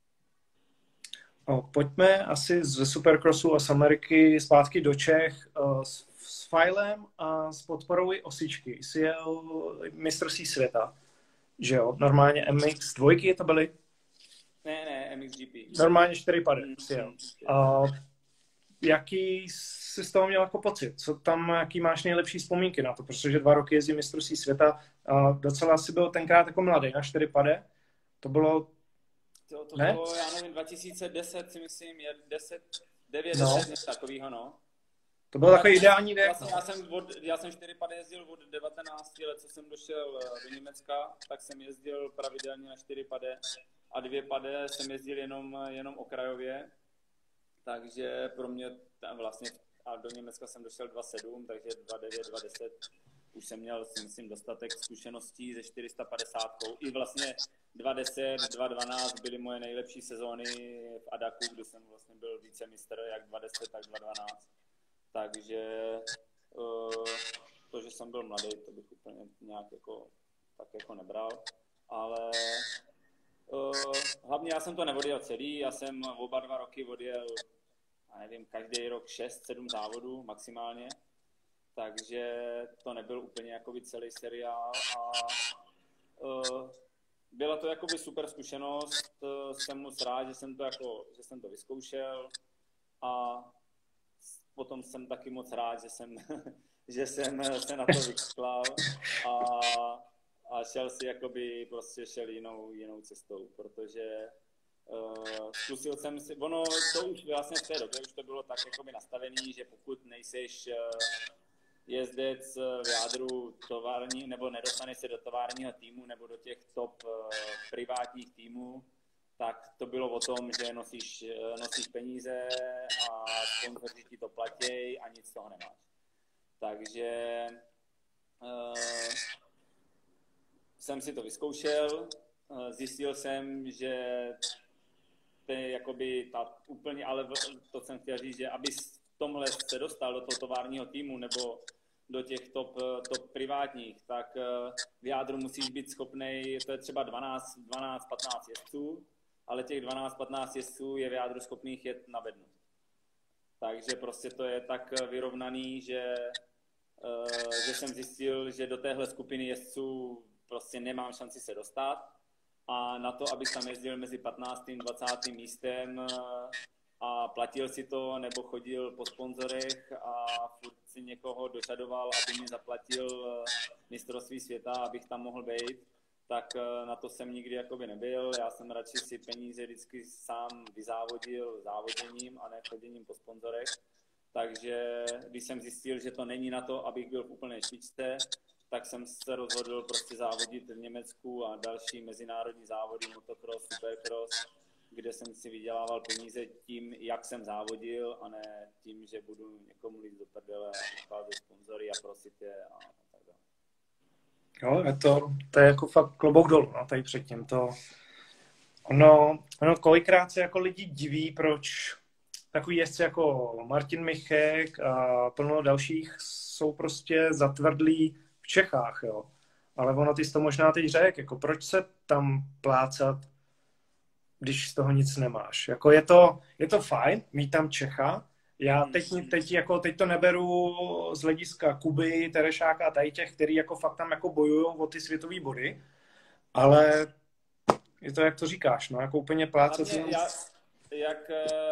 O, pojďme asi ze Supercrossu a z Ameriky zpátky do Čech uh, s, s Filem a s podporou i Osičky. Jsi jel mistrovství světa, že jo? Normálně M X dva to byly? Ne, ne, M X G P. Normálně čtyři pady mm, jsi jel. Uh, jaký jsi z toho měl jako pocit? Co tam, jaký máš nejlepší vzpomínky na to? Protože dva roky jezdí mistrovství světa a docela si byl tenkrát jako mladý na čtyři pade. To bylo... To, to bylo, já nevím, dva tisíce deset si myslím, je deset, devět, no. deset, něco takovýho, no. To byl takový ideální věk. Vlastně, já, jsem od, já jsem čtyři pady jezdil od devatenácti let, co jsem došel do Německa, tak jsem jezdil pravidelně na čtyři pade a dvě pade jsem jezdil jenom, jenom okrajově. Takže pro mě tam vlastně, a do Německa jsem došel dva sedm, takže dva devět, dva deset. Už jsem měl, si myslím, dostatek zkušeností ze čtyři sta padesát. I vlastně dva deset, dva dvanáct byly moje nejlepší sezóny v Adaku, kdy jsem vlastně byl vícemistr, jak dva deset, tak dva dvanáct. Takže uh, to, že jsem byl mladý, to bych úplně nějak jako, tak jako nebral. Ale uh, hlavně já jsem to neodjel celý, já jsem oba dva roky odjel, já nevím, každý rok šest sedm závodů maximálně. Takže to nebyl úplně jakoby celý seriál a uh, byla to jakoby super zkušenost, uh, jsem moc rád, že jsem to jako, že jsem to vyzkoušel a potom jsem taky moc rád, že jsem, že jsem se na to vyklal a, a šel si jakoby prostě šel jinou, jinou cestou, protože uh, zkusil jsem si, ono to už vlastně v té době už to bylo tak jakoby nastavený, že pokud nejseš uh, jezdec v jádru tovární, nebo nedostaneš se do továrního týmu nebo do těch top uh, privátních týmů, tak to bylo o tom, že nosíš, nosíš peníze a sponzoři ti to platí a nic z toho nemáš. Takže uh, jsem si to vyzkoušel, uh, zjistil jsem, že to je jakoby ta úplně, ale to jsem chtěl říct, že aby v tomhle se dostal do toho továrního týmu nebo do těch top, top privátních, tak v jádru musíš být schopnej, to je třeba dvanáct patnáct jezdců, ale těch dvanáct patnáct jezdců je v jádru schopných jet na bednu. Takže prostě to je tak vyrovnaný, že, že jsem zjistil, že do téhle skupiny jezdců prostě nemám šanci se dostat. A na to, abych tam jezdil mezi patnáctým dvacátým místem a platil si to, nebo chodil po sponzorech a furt si někoho dožadoval, aby mi zaplatil mistrovství světa, abych tam mohl být, tak na to jsem nikdy jakoby nebyl. Já jsem radši si peníze vždycky sám vyzávodil závoděním a ne choděním po sponzorech. Takže když jsem zjistil, že to není na to, abych byl v úplné špičce, tak jsem se rozhodl prostě závodit v Německu a další mezinárodní závody, motocross, supercross, kde jsem si vydělával peníze tím, jak jsem závodil, a ne tím, že budu někomu líst do prdele a ucházet sponzory a prosit je a tak dále. Jo, je to, to je jako fakt klobouk dolů, no, tady předtím to. Ono, ono kolikrát se jako lidi diví, proč takový jezdci jako Martin Michek a plno dalších jsou prostě zatvrdlí v Čechách, jo. Ale ono, ty jsi to možná teď řek, jako proč se tam plácat, když z toho nic nemáš. Jako je to, je to fajn mít tam Čecha. Já teď, teď, jako, teď to neberu z hlediska Kuby, Terešáka a tady těch, který jako fakt tam jako bojujou o ty světové body, ale je to, jak to říkáš, no, jako úplně plácat. Hlavně, já, jak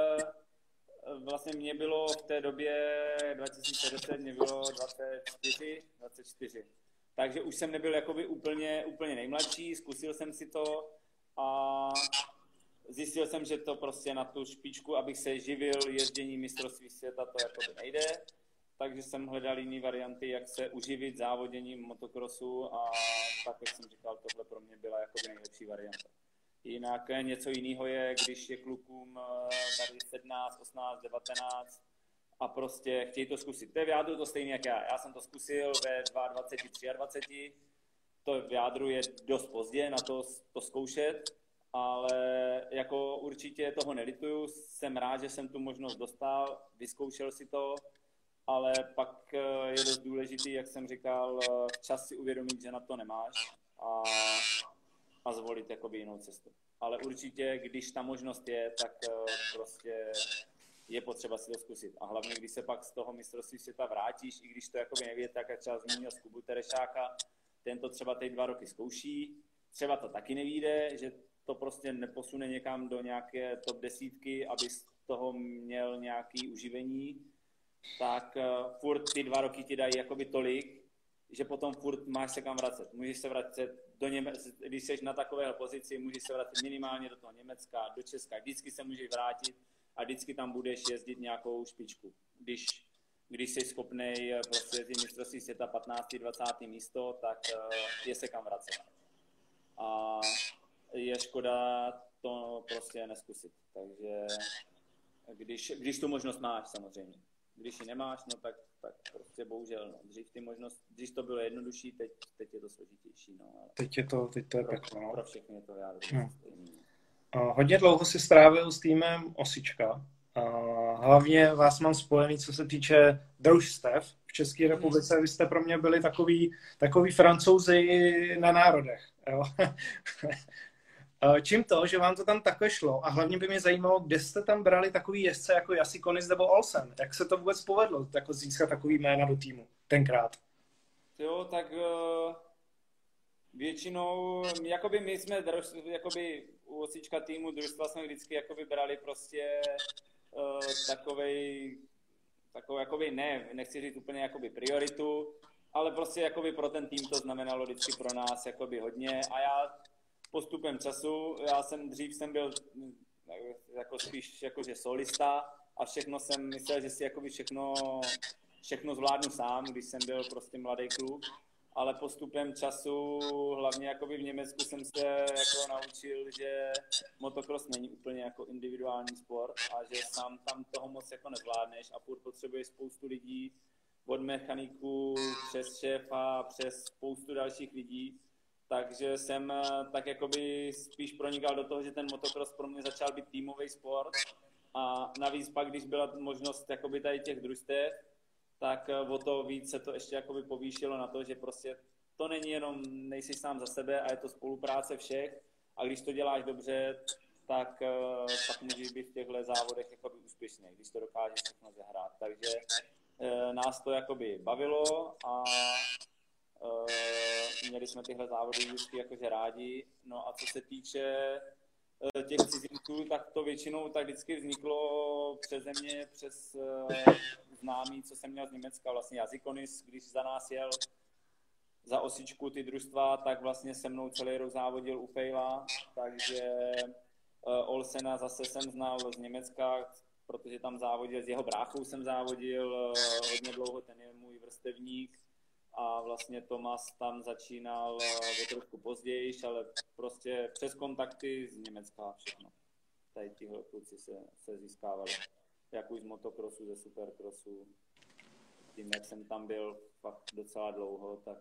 vlastně mě bylo v té době dva tisíce deset, mě bylo dvacet čtyři, dvacet čtyři. Takže už jsem nebyl jakoby úplně, úplně nejmladší, zkusil jsem si to a zjistil jsem, že to prostě na tu špičku, abych se živil jezdění mistrovství světa, to jakoby nejde. Takže jsem hledal jiné varianty, jak se uživit závoděním motokrosu a tak, jak jsem říkal, tohle pro mě byla jakoby nejlepší varianta. Jinak něco jiného je, když je klukům tady sedmnáct, osmnáct, devatenáct a prostě chtějí to zkusit. To je v jádru to stejné jak já. Já jsem to zkusil ve dvacet dva, dvacet tři. To v jádru je dost pozdě na to, to zkoušet, ale jako určitě toho nelituju. Jsem rád, že jsem tu možnost dostal, vyzkoušel si to, ale pak je dost důležitý, jak jsem říkal, čas si uvědomit, že na to nemáš a, a zvolit jakoby jinou cestu. Ale určitě, když ta možnost je, tak prostě je potřeba si to zkusit. A hlavně, když se pak z toho mistrovství světa vrátíš, i když to jakoby nevíte, tak jak třeba zmínil z Kubu Terešáka, ten to třeba teď dva roky zkouší, třeba to taky nevíde, že to prostě neposune někam do nějaké top desítky, aby z toho měl nějaký uživení, tak uh, furt ty dva roky ti dají jakoby tolik, že potom furt máš se kam vracet. Můžeš se vracet do Německa, když jsi na takové pozici, můžeš se vracet minimálně do toho Německa, do Česka, vždycky se můžeš vrátit a vždycky tam budeš jezdit nějakou špičku. Když, když jsi schopnej prostě jezdit mistrovství světa patnácté dvacáté místo, tak uh, je se kam vracet. A je škoda to prostě neskusit. Takže když, když tu možnost máš samozřejmě. Když ji nemáš, no tak, tak prostě bohužel. No. Dřív, ty možnost, dřív to bylo jednodušší, teď, teď je to složitější. No, ale teď, je to, teď to je pro, peklo. No. Pro všechny je to jádro. Hmm. Hodně dlouho si strávil s týmem Osička. Hlavně vás mám spojený, co se týče družstev v České republice. Vy jste pro mě byli takový, takový Francouzi na národech. Jo? Čím to, že vám to tam takhle šlo? A hlavně by mě zajímalo, kde jste tam brali takový jezdce jako Jassi Konis nebo Olsen? Jak se to vůbec povedlo, jako získat takový jména do týmu tenkrát? Jo, tak uh, většinou, jakoby my jsme, jakoby u Osička týmu družstva jsme vždycky jakoby brali prostě uh, takovej, takovou jakoby ne, nechci říct úplně jakoby prioritu, ale prostě jakoby pro ten tým to znamenalo vždycky pro nás jakoby hodně a já postupem času, já jsem dřív jsem byl jako spíš jakože solista a všechno jsem myslel, že si jakoby všechno, všechno zvládnu sám, když jsem byl prostě mladý kluk ale postupem času, hlavně jakoby v Německu jsem se jako naučil, že motocross není úplně jako individuální sport a že sám tam toho moc jako nezvládneš a furt potřebuješ spoustu lidí, od mechaniků přes šéfa, přes spoustu dalších lidí. Takže jsem tak jakoby spíš pronikal do toho, že ten motocross pro mě začal být týmový sport. A navíc pak, když byla možnost jakoby tady těch družstev, tak o to víc se to ještě jakoby povýšilo na to, že prostě to není jenom, nejsi sám za sebe a je to spolupráce všech. A když to děláš dobře, tak pak můžeš být v těchto závodech jakoby úspěšný, když to dokážeš všechno zahrát. Takže nás to jakoby bavilo a uh, měli jsme tyhle závody vždycky jakože rádi. No a co se týče uh, těch cizinců, tak to většinou tak vždycky vzniklo přeze mě, přes uh, známý, co jsem měl z Německa, vlastně Jazykonis, když za nás jel za osičku ty družstva, tak vlastně se mnou celý rok závodil u Fejla, takže uh, Olsena zase jsem znal z Německa, protože tam závodil, s jeho bráchou jsem závodil hodně dlouho, ten je můj vrstevník a vlastně Tomas tam začínal o trošku později, ale prostě přes kontakty z Německa všechno. Tady tihle kluci se, se získávali, jak už z motocrossu, ze supercrossu. Tím, jak jsem tam byl fakt docela dlouho, tak,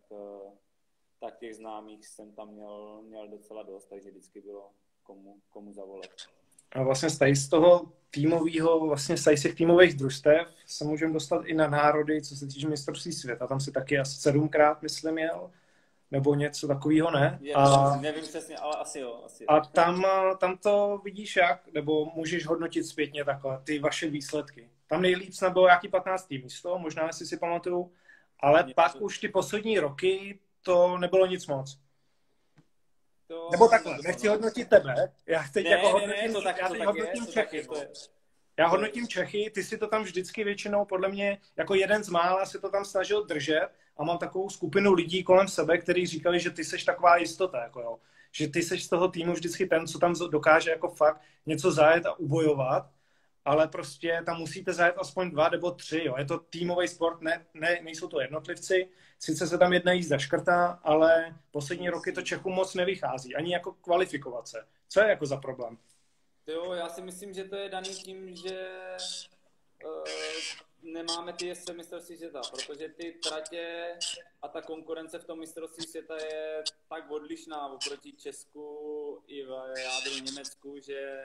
tak těch známých jsem tam měl, měl docela dost, takže vždycky bylo komu, komu zavolat. A vlastně z z toho týmového, vlastně z těch týmových družstev se můžeme dostat i na národy, co se týče mistrovství světa. Tam si taky asi sedmkrát, myslím, jel, nebo něco takového, ne? Je, a, nevím přesně, ale asi jo. Asi jo. A tam, tam to vidíš jak, nebo můžeš hodnotit zpětně takhle, ty vaše výsledky. Tam nejlíp snad bylo nějaký patnáctý místo, možná jestli si pamatuju, ale Mě pak to... už ty poslední roky to nebylo nic moc. To... Nebo takhle, nechci hodnotit tebe, já teď ne, jako ne, hodnotím, ne, to tak, já to teď tak hodnotím je, Čechy. To je, já hodnotím Čechy, ty si to tam vždycky většinou, podle mě, jako jeden z mála si to tam snažil držet a mám takovou skupinu lidí kolem sebe, kteří říkali, že ty seš taková jistota, jako jo. Že ty seš z toho týmu vždycky ten, co tam dokáže jako fakt něco zajet a ubojovat, ale prostě tam musíte zajet aspoň dva nebo tři, jo. Je to týmový sport, ne, ne, nejsou to jednotlivci, sice se tam jedna jízda škrtá, ale poslední roky to Čechům moc nevychází, ani jako kvalifikovat se. Co je jako za problém? Jo, já si myslím, že to je daný tím, že uh, nemáme ty jezdce mistrovství světa, protože ty tratě a ta konkurence v tom mistrovství světa je tak odlišná oproti Česku i v jádru Německu, že,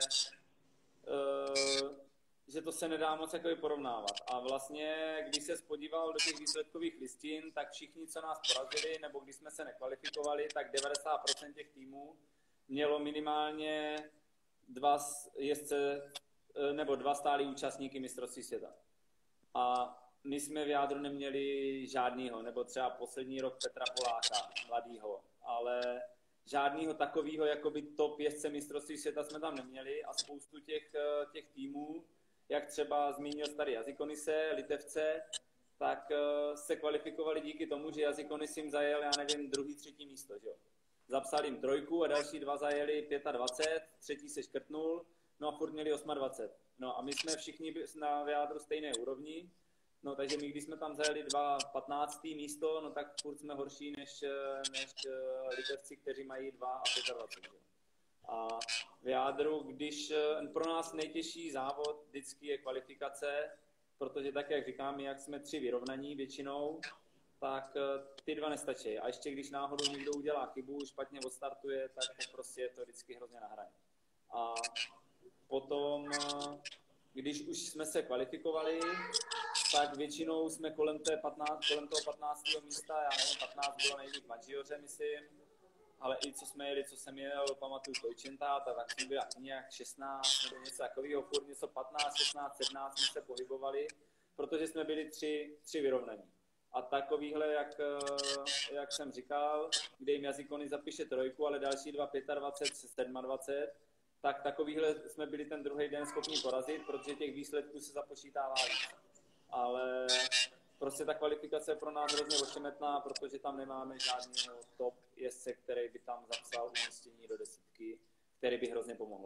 uh, že to se nedá moc jako porovnávat. A vlastně, když se podíval do těch výsledkových listin, tak všichni, co nás porazili, nebo když jsme se nekvalifikovali, tak devadesát procent těch týmů mělo minimálně dva jezdce, nebo dva stálí účastníky mistrovství světa. A my jsme v jádru neměli žádnýho, nebo třeba poslední rok Petra Poláka, mladýho, ale žádnýho takového jakoby top jezdce mistrovství světa jsme tam neměli a spoustu těch, těch týmů, jak třeba zmínil starý Jazykonise, Litevce, tak se kvalifikovali díky tomu, že Jazykonis jim zajel, já nevím, druhý, třetí místo, že jo. Zapsal jim trojku a další dva zajeli dvacet pět, třetí se škrtnul, no a furt měli dvacet osm. No a my jsme všichni na jádru stejné úrovni, no takže my, když jsme tam zajeli dva patnáctý místo, no tak furt jsme horší než, než Litevci, kteří mají dva a dvacet pět. A v jádru, když pro nás nejtěžší závod vždycky je kvalifikace, protože tak, jak říkám, jak jsme tři vyrovnaní většinou, tak ty dva nestačí. A ještě když náhodou někdo udělá chybu, špatně odstartuje, tak prostě je to vždycky hrozně na hraně. A potom, když už jsme se kvalifikovali, tak většinou jsme kolem, té patnáct, kolem toho patnáctého místa, já nevím, patnáct bylo nejvíc v Magioře, myslím, ale i co jsme jeli, co jsem jel, pamatuju Tojčentát, tak jsme byli nějak šestnáct nebo něco takového, furt něco patnáct, šestnáct, sedmnáct jsme se pohybovali, protože jsme byli tři, tři vyrovnaní. A takovýhle, jak, jak jsem říkal, kde jim Jazykonis zapíše trojku, ale další dva dvacet pět, dvacet sedm, tak takovýhle jsme byli ten druhý den schopni porazit, protože těch výsledků se započítává víc. Ale prostě ta kvalifikace je pro nás hrozně ošemetná, protože tam nemáme žádného top jezdce, který by tam zapsal umístění do desítky, který by hrozně pomohl.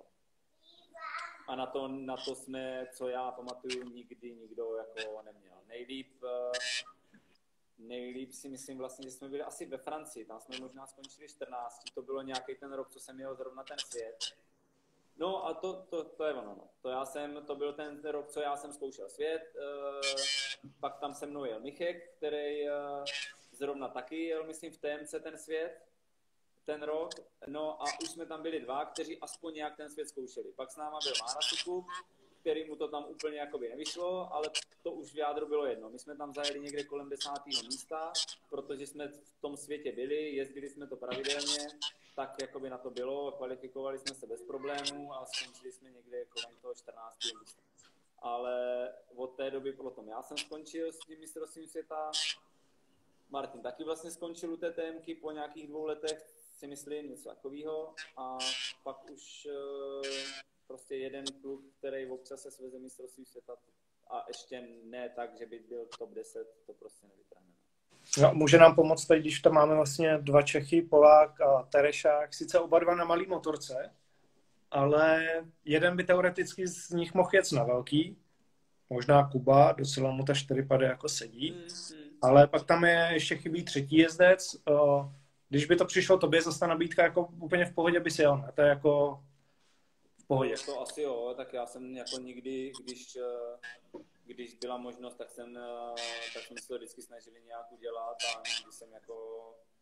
A na to, na to jsme, co já pamatuju, nikdy nikdo jako neměl. Nejlíp nejlíp si myslím vlastně, že jsme byli asi ve Francii, tam jsme možná skončili čtrnáct, to bylo nějaký ten rok, co jsem jel zrovna ten svět. No a to, to, to je ono, no. To, já jsem, to byl ten rok, co já jsem zkoušel svět, e, pak tam se mnou jel Michek, který e, zrovna taky jel, myslím, v T M C ten svět, ten rok, no a už jsme tam byli dva, kteří aspoň nějak ten svět zkoušeli. Pak s náma byl Mára Sukup, který mu to tam úplně jakoby nevyšlo, ale to už v jádru bylo jedno. My jsme tam zajeli někde kolem desátého místa, protože jsme v tom světě byli, jezdili jsme to pravidelně, tak jakoby na to bylo, kvalifikovali jsme se bez problémů a skončili jsme někde kolem toho čtrnáctého místa. Ale od té doby potom já jsem skončil s tím mistrovstvím světa, Martin taky vlastně skončil u té TMky po nějakých dvou letech, si myslím, něco takového. A pak už prostě jeden kluk, který občas se sveze mistrovství světa a ještě ne tak, že by byl top deset, to prostě nevytrhne. No, může nám pomoct tady, když tam máme vlastně dva Čechy, Polák a Terešák, sice oba dva na malý motorce, ale jeden by teoreticky z nich mohl jet na velký, možná Kuba, docela mu ta čtyřipady jako sedí, mm, mm. ale pak tam je ještě chybí třetí jezdec. Když by to přišlo tobě, zase ta nabídka jako úplně v pohodě by si jel, ne? To je jako v pohodě. To asi jo, tak já jsem jako nikdy, když, když byla možnost, tak jsem, tak jsme se to vždycky snažili nějak udělat a nikdy jsem jako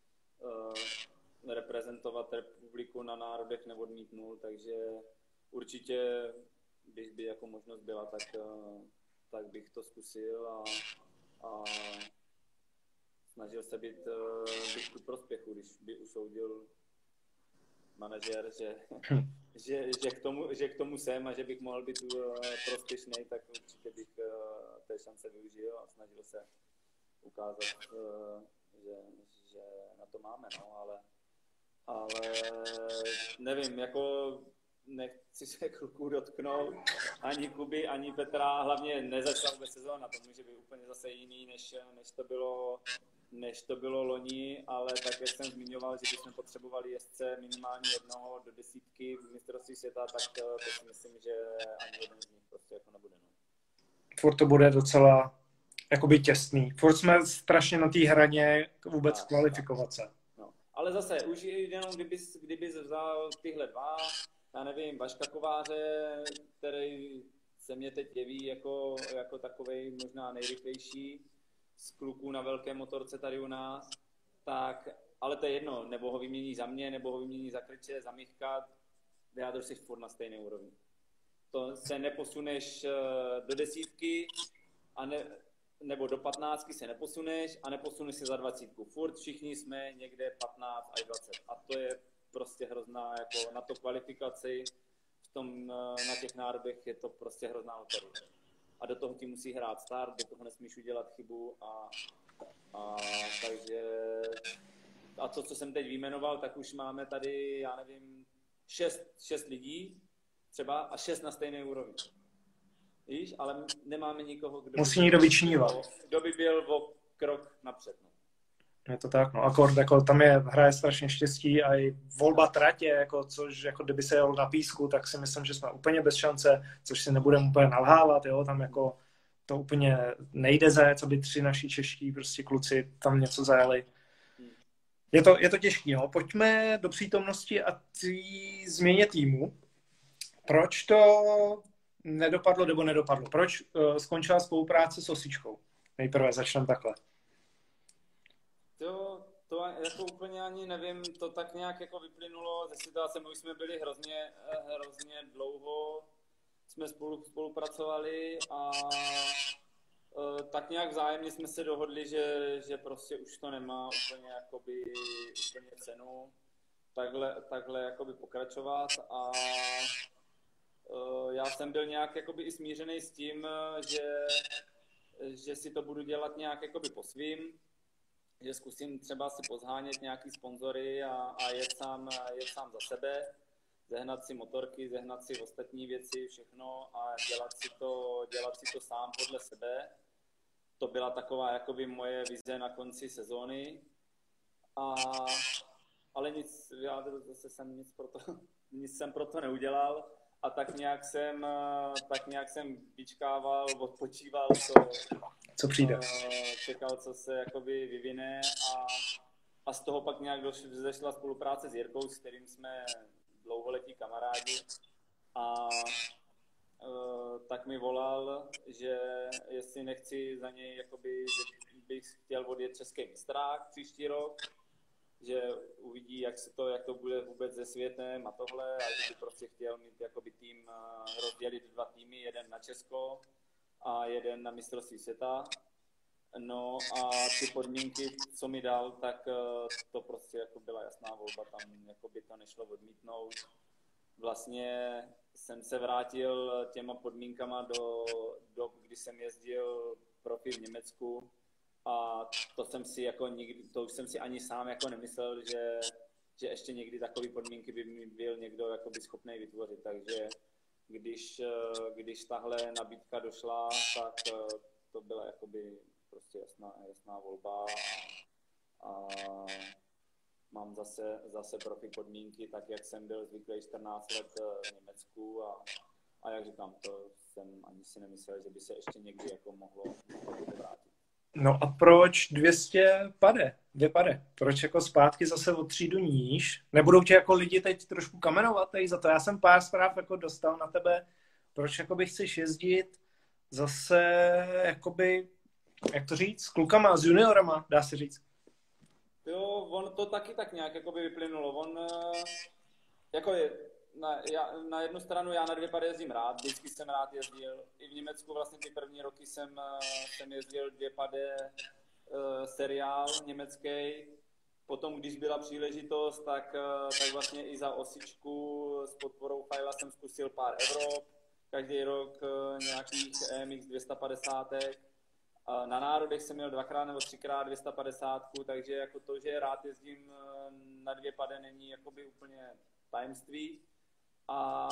uh, reprezentovat republiku na národech neodmítnul, takže určitě, když by jako možnost byla, tak, uh, tak bych to zkusil a, a snažil se být, uh, být ku prospěchu, když by usoudil manažer, že, že, že, k tomu, že k tomu jsem a že bych mohl být uh, prospěšný, tak určitě bych uh, té šance využil a snažil se ukázat, uh, že, že na to máme, no, ale, ale nevím, jako nechci se kluků dotknout, ani Kuby, ani Petra, hlavně nezačal vůbec sezóna, to může být úplně zase jiný, než, než to bylo než to bylo loni, ale tak, jak jsem zmiňoval, že bychom potřebovali jezdce minimálně jednoho do desítky v mistrovství světa, tak to si myslím, že ani jeden z nich prostě jako nebude. No. Furt to bude docela jakoby těsný. Furt jsme strašně na té hraně vůbec tak, kvalifikovat se. No. Ale zase, už jenom kdyby, kdyby vzal tyhle dva, já nevím, Vaška Kováře, který se mě teď jeví jako, jako takovej možná nejrychlejší z kluků na velké motorce tady u nás, tak, ale to je jedno, nebo ho vymění za mě, nebo ho vymění za Krče, za Michka, já jsi furt na stejné úrovni. To se neposuneš do desítky, a ne, nebo do patnáctky se neposuneš a neposuneš se za dvacítku. Furt všichni jsme někde patnáct až dvacet a to je prostě hrozná, jako na to kvalifikaci v tom, na těch národech je to prostě hrozná loterie. A do toho ti musí hrát start, do toho nesmíš udělat chybu a, a takže a to, co jsem teď vyjmenoval, tak už máme tady, já nevím, šest, šest lidí třeba a šest na stejné úrovni. Víš, ale nemáme nikoho, kdo musí někdo vyčnívat. Kdo by byl o krok napřed. No. Je to tak, no akord, jako tam je, hraje strašně štěstí a i volba tratě, jako, což jako kdyby se jel na písku, tak si myslím, že jsme úplně bez šance, což si nebudeme úplně nalhávat, jo, tam jako to úplně nejde zajet, co by tři naši čeští prostě kluci tam něco zajeli. Je to, je to těžký, no. Pojďme do přítomnosti a tý změně týmu. Proč to nedopadlo nebo nedopadlo? Proč uh, skončila spolupráce s Osičkou? Nejprve začneme takhle. To, to jako úplně ani nevím, to tak nějak jako vyplynulo ze situace, my jsme byli hrozně, hrozně dlouho, jsme spolu, spolupracovali a e, tak nějak vzájemně jsme se dohodli, že, že prostě už to nemá úplně, jakoby, úplně cenu takhle, takhle jakoby pokračovat a e, já jsem byl nějak jakoby i smířený s tím, že, že si to budu dělat nějak jakoby po svým, že zkusím třeba si pozhánět nějaký sponzory a, a jet, sám, jet sám za sebe, zehnat si motorky, zehnat si ostatní věci, všechno a dělat si to, dělat si to sám podle sebe. To byla taková jakoby moje vize na konci sezóny. A, ale nic, já zase jsem nic pro to, nic jsem pro to neudělal a tak nějak jsem, tak nějak jsem vyčkával, odpočíval, co, co přijde. Čekal, co se jakoby vyvine a, a z toho pak nějak zešla spolupráce s Jirkou, s kterým jsme dlouholetí kamarádi a uh, tak mi volal, že jestli nechci za něj, jakoby, že bych chtěl odjet český mistrák příští rok, že uvidí, jak se to, jak to bude vůbec se světem a tohle, a že by prostě chtěl mít jakoby tým, rozdělit dva týmy, jeden na Česko a jeden na mistrovství světa. No a ty podmínky, co mi dal, tak to prostě jako byla jasná volba, tam jako by to nešlo odmítnout. Vlastně jsem se vrátil těma podmínkama do dob, kdy jsem jezdil profi v Německu a to jsem si jako nikdy, to už jsem si ani sám jako nemyslel, že, že ještě někdy takové podmínky by mi byl někdo jakoby schopný vytvořit, takže když, když tahle nabídka došla, tak to byla jakoby prostě jasná, jasná volba a, a mám zase, zase profi podmínky, tak jak jsem byl zvyklý čtrnáct let v Německu a, a jak říkám, to jsem ani si nemyslel, že by se ještě někdy jako mohlo, mohlo vrátit. No a proč dvě stě pade? Dvě pade? Proč jako zpátky zase o třídu níž? Nebudou tě jako lidi teď trošku kamenovat tady za to? Já jsem pár zpráv jako dostal na tebe. Proč jakoby chceš jezdit zase jakoby, jak to říct, s klukama, s juniorama, dá se říct? Jo, on to taky tak nějak jakoby vyplynulo. On jako je, na, já, na jednu stranu já na dvě pady jezdím rád, vždycky jsem rád jezdil. I v Německu vlastně ty první roky jsem, jsem jezdil dvě pady uh, seriál německý. Potom, když byla příležitost, tak, tak vlastně i za osičku s podporou Fajla jsem zkusil pár Evrop. Každý rok uh, nějakých E M X dvě stě padesát. Na národech jsem měl dvakrát nebo třikrát dvě stě padesát, takže jako to, že rád jezdím na dvě pade, není jakoby úplně tajemství. A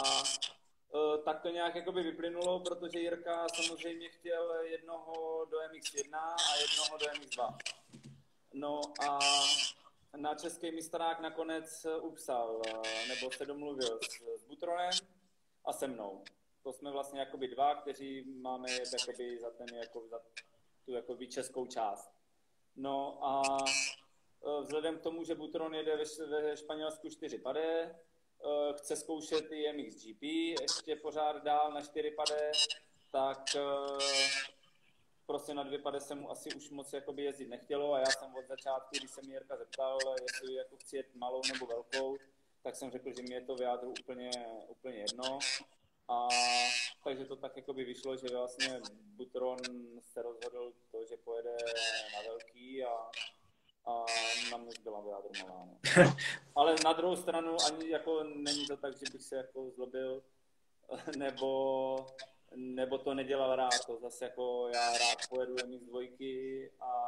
e, tak to nějak jakoby vyplynulo, protože Jirka samozřejmě chtěl jednoho do M X jedna a jednoho do M X dva. No a na český mistrák nakonec upsal, nebo se domluvil s, s Butronem a se mnou. To jsme vlastně jakoby dva, kteří máme jakoby za ten jako za tu jakoby českou část. No a vzhledem k tomu, že Butron jede ve, ve Španělsku čtyři pade, chce zkoušet i M X G P, ještě pořád dál na čtyři pade, tak prostě na dvě pade se mu asi už moc jakoby jezdit nechtělo a já jsem od začátku, když se mi Jirka zeptal, jestli jako chci jet malou nebo velkou, tak jsem řekl, že mi je to v jádru úplně, úplně jedno. A takže to tak jakoby vyšlo, že vlastně Butron se rozhodl to, že pojede na velký a, a na mě byla v jádru malá. No. Ale na druhou stranu ani jako není to tak, že bych se jako zlobil, nebo, nebo to nedělal rád. To zase jako já rád pojedu M X dva a,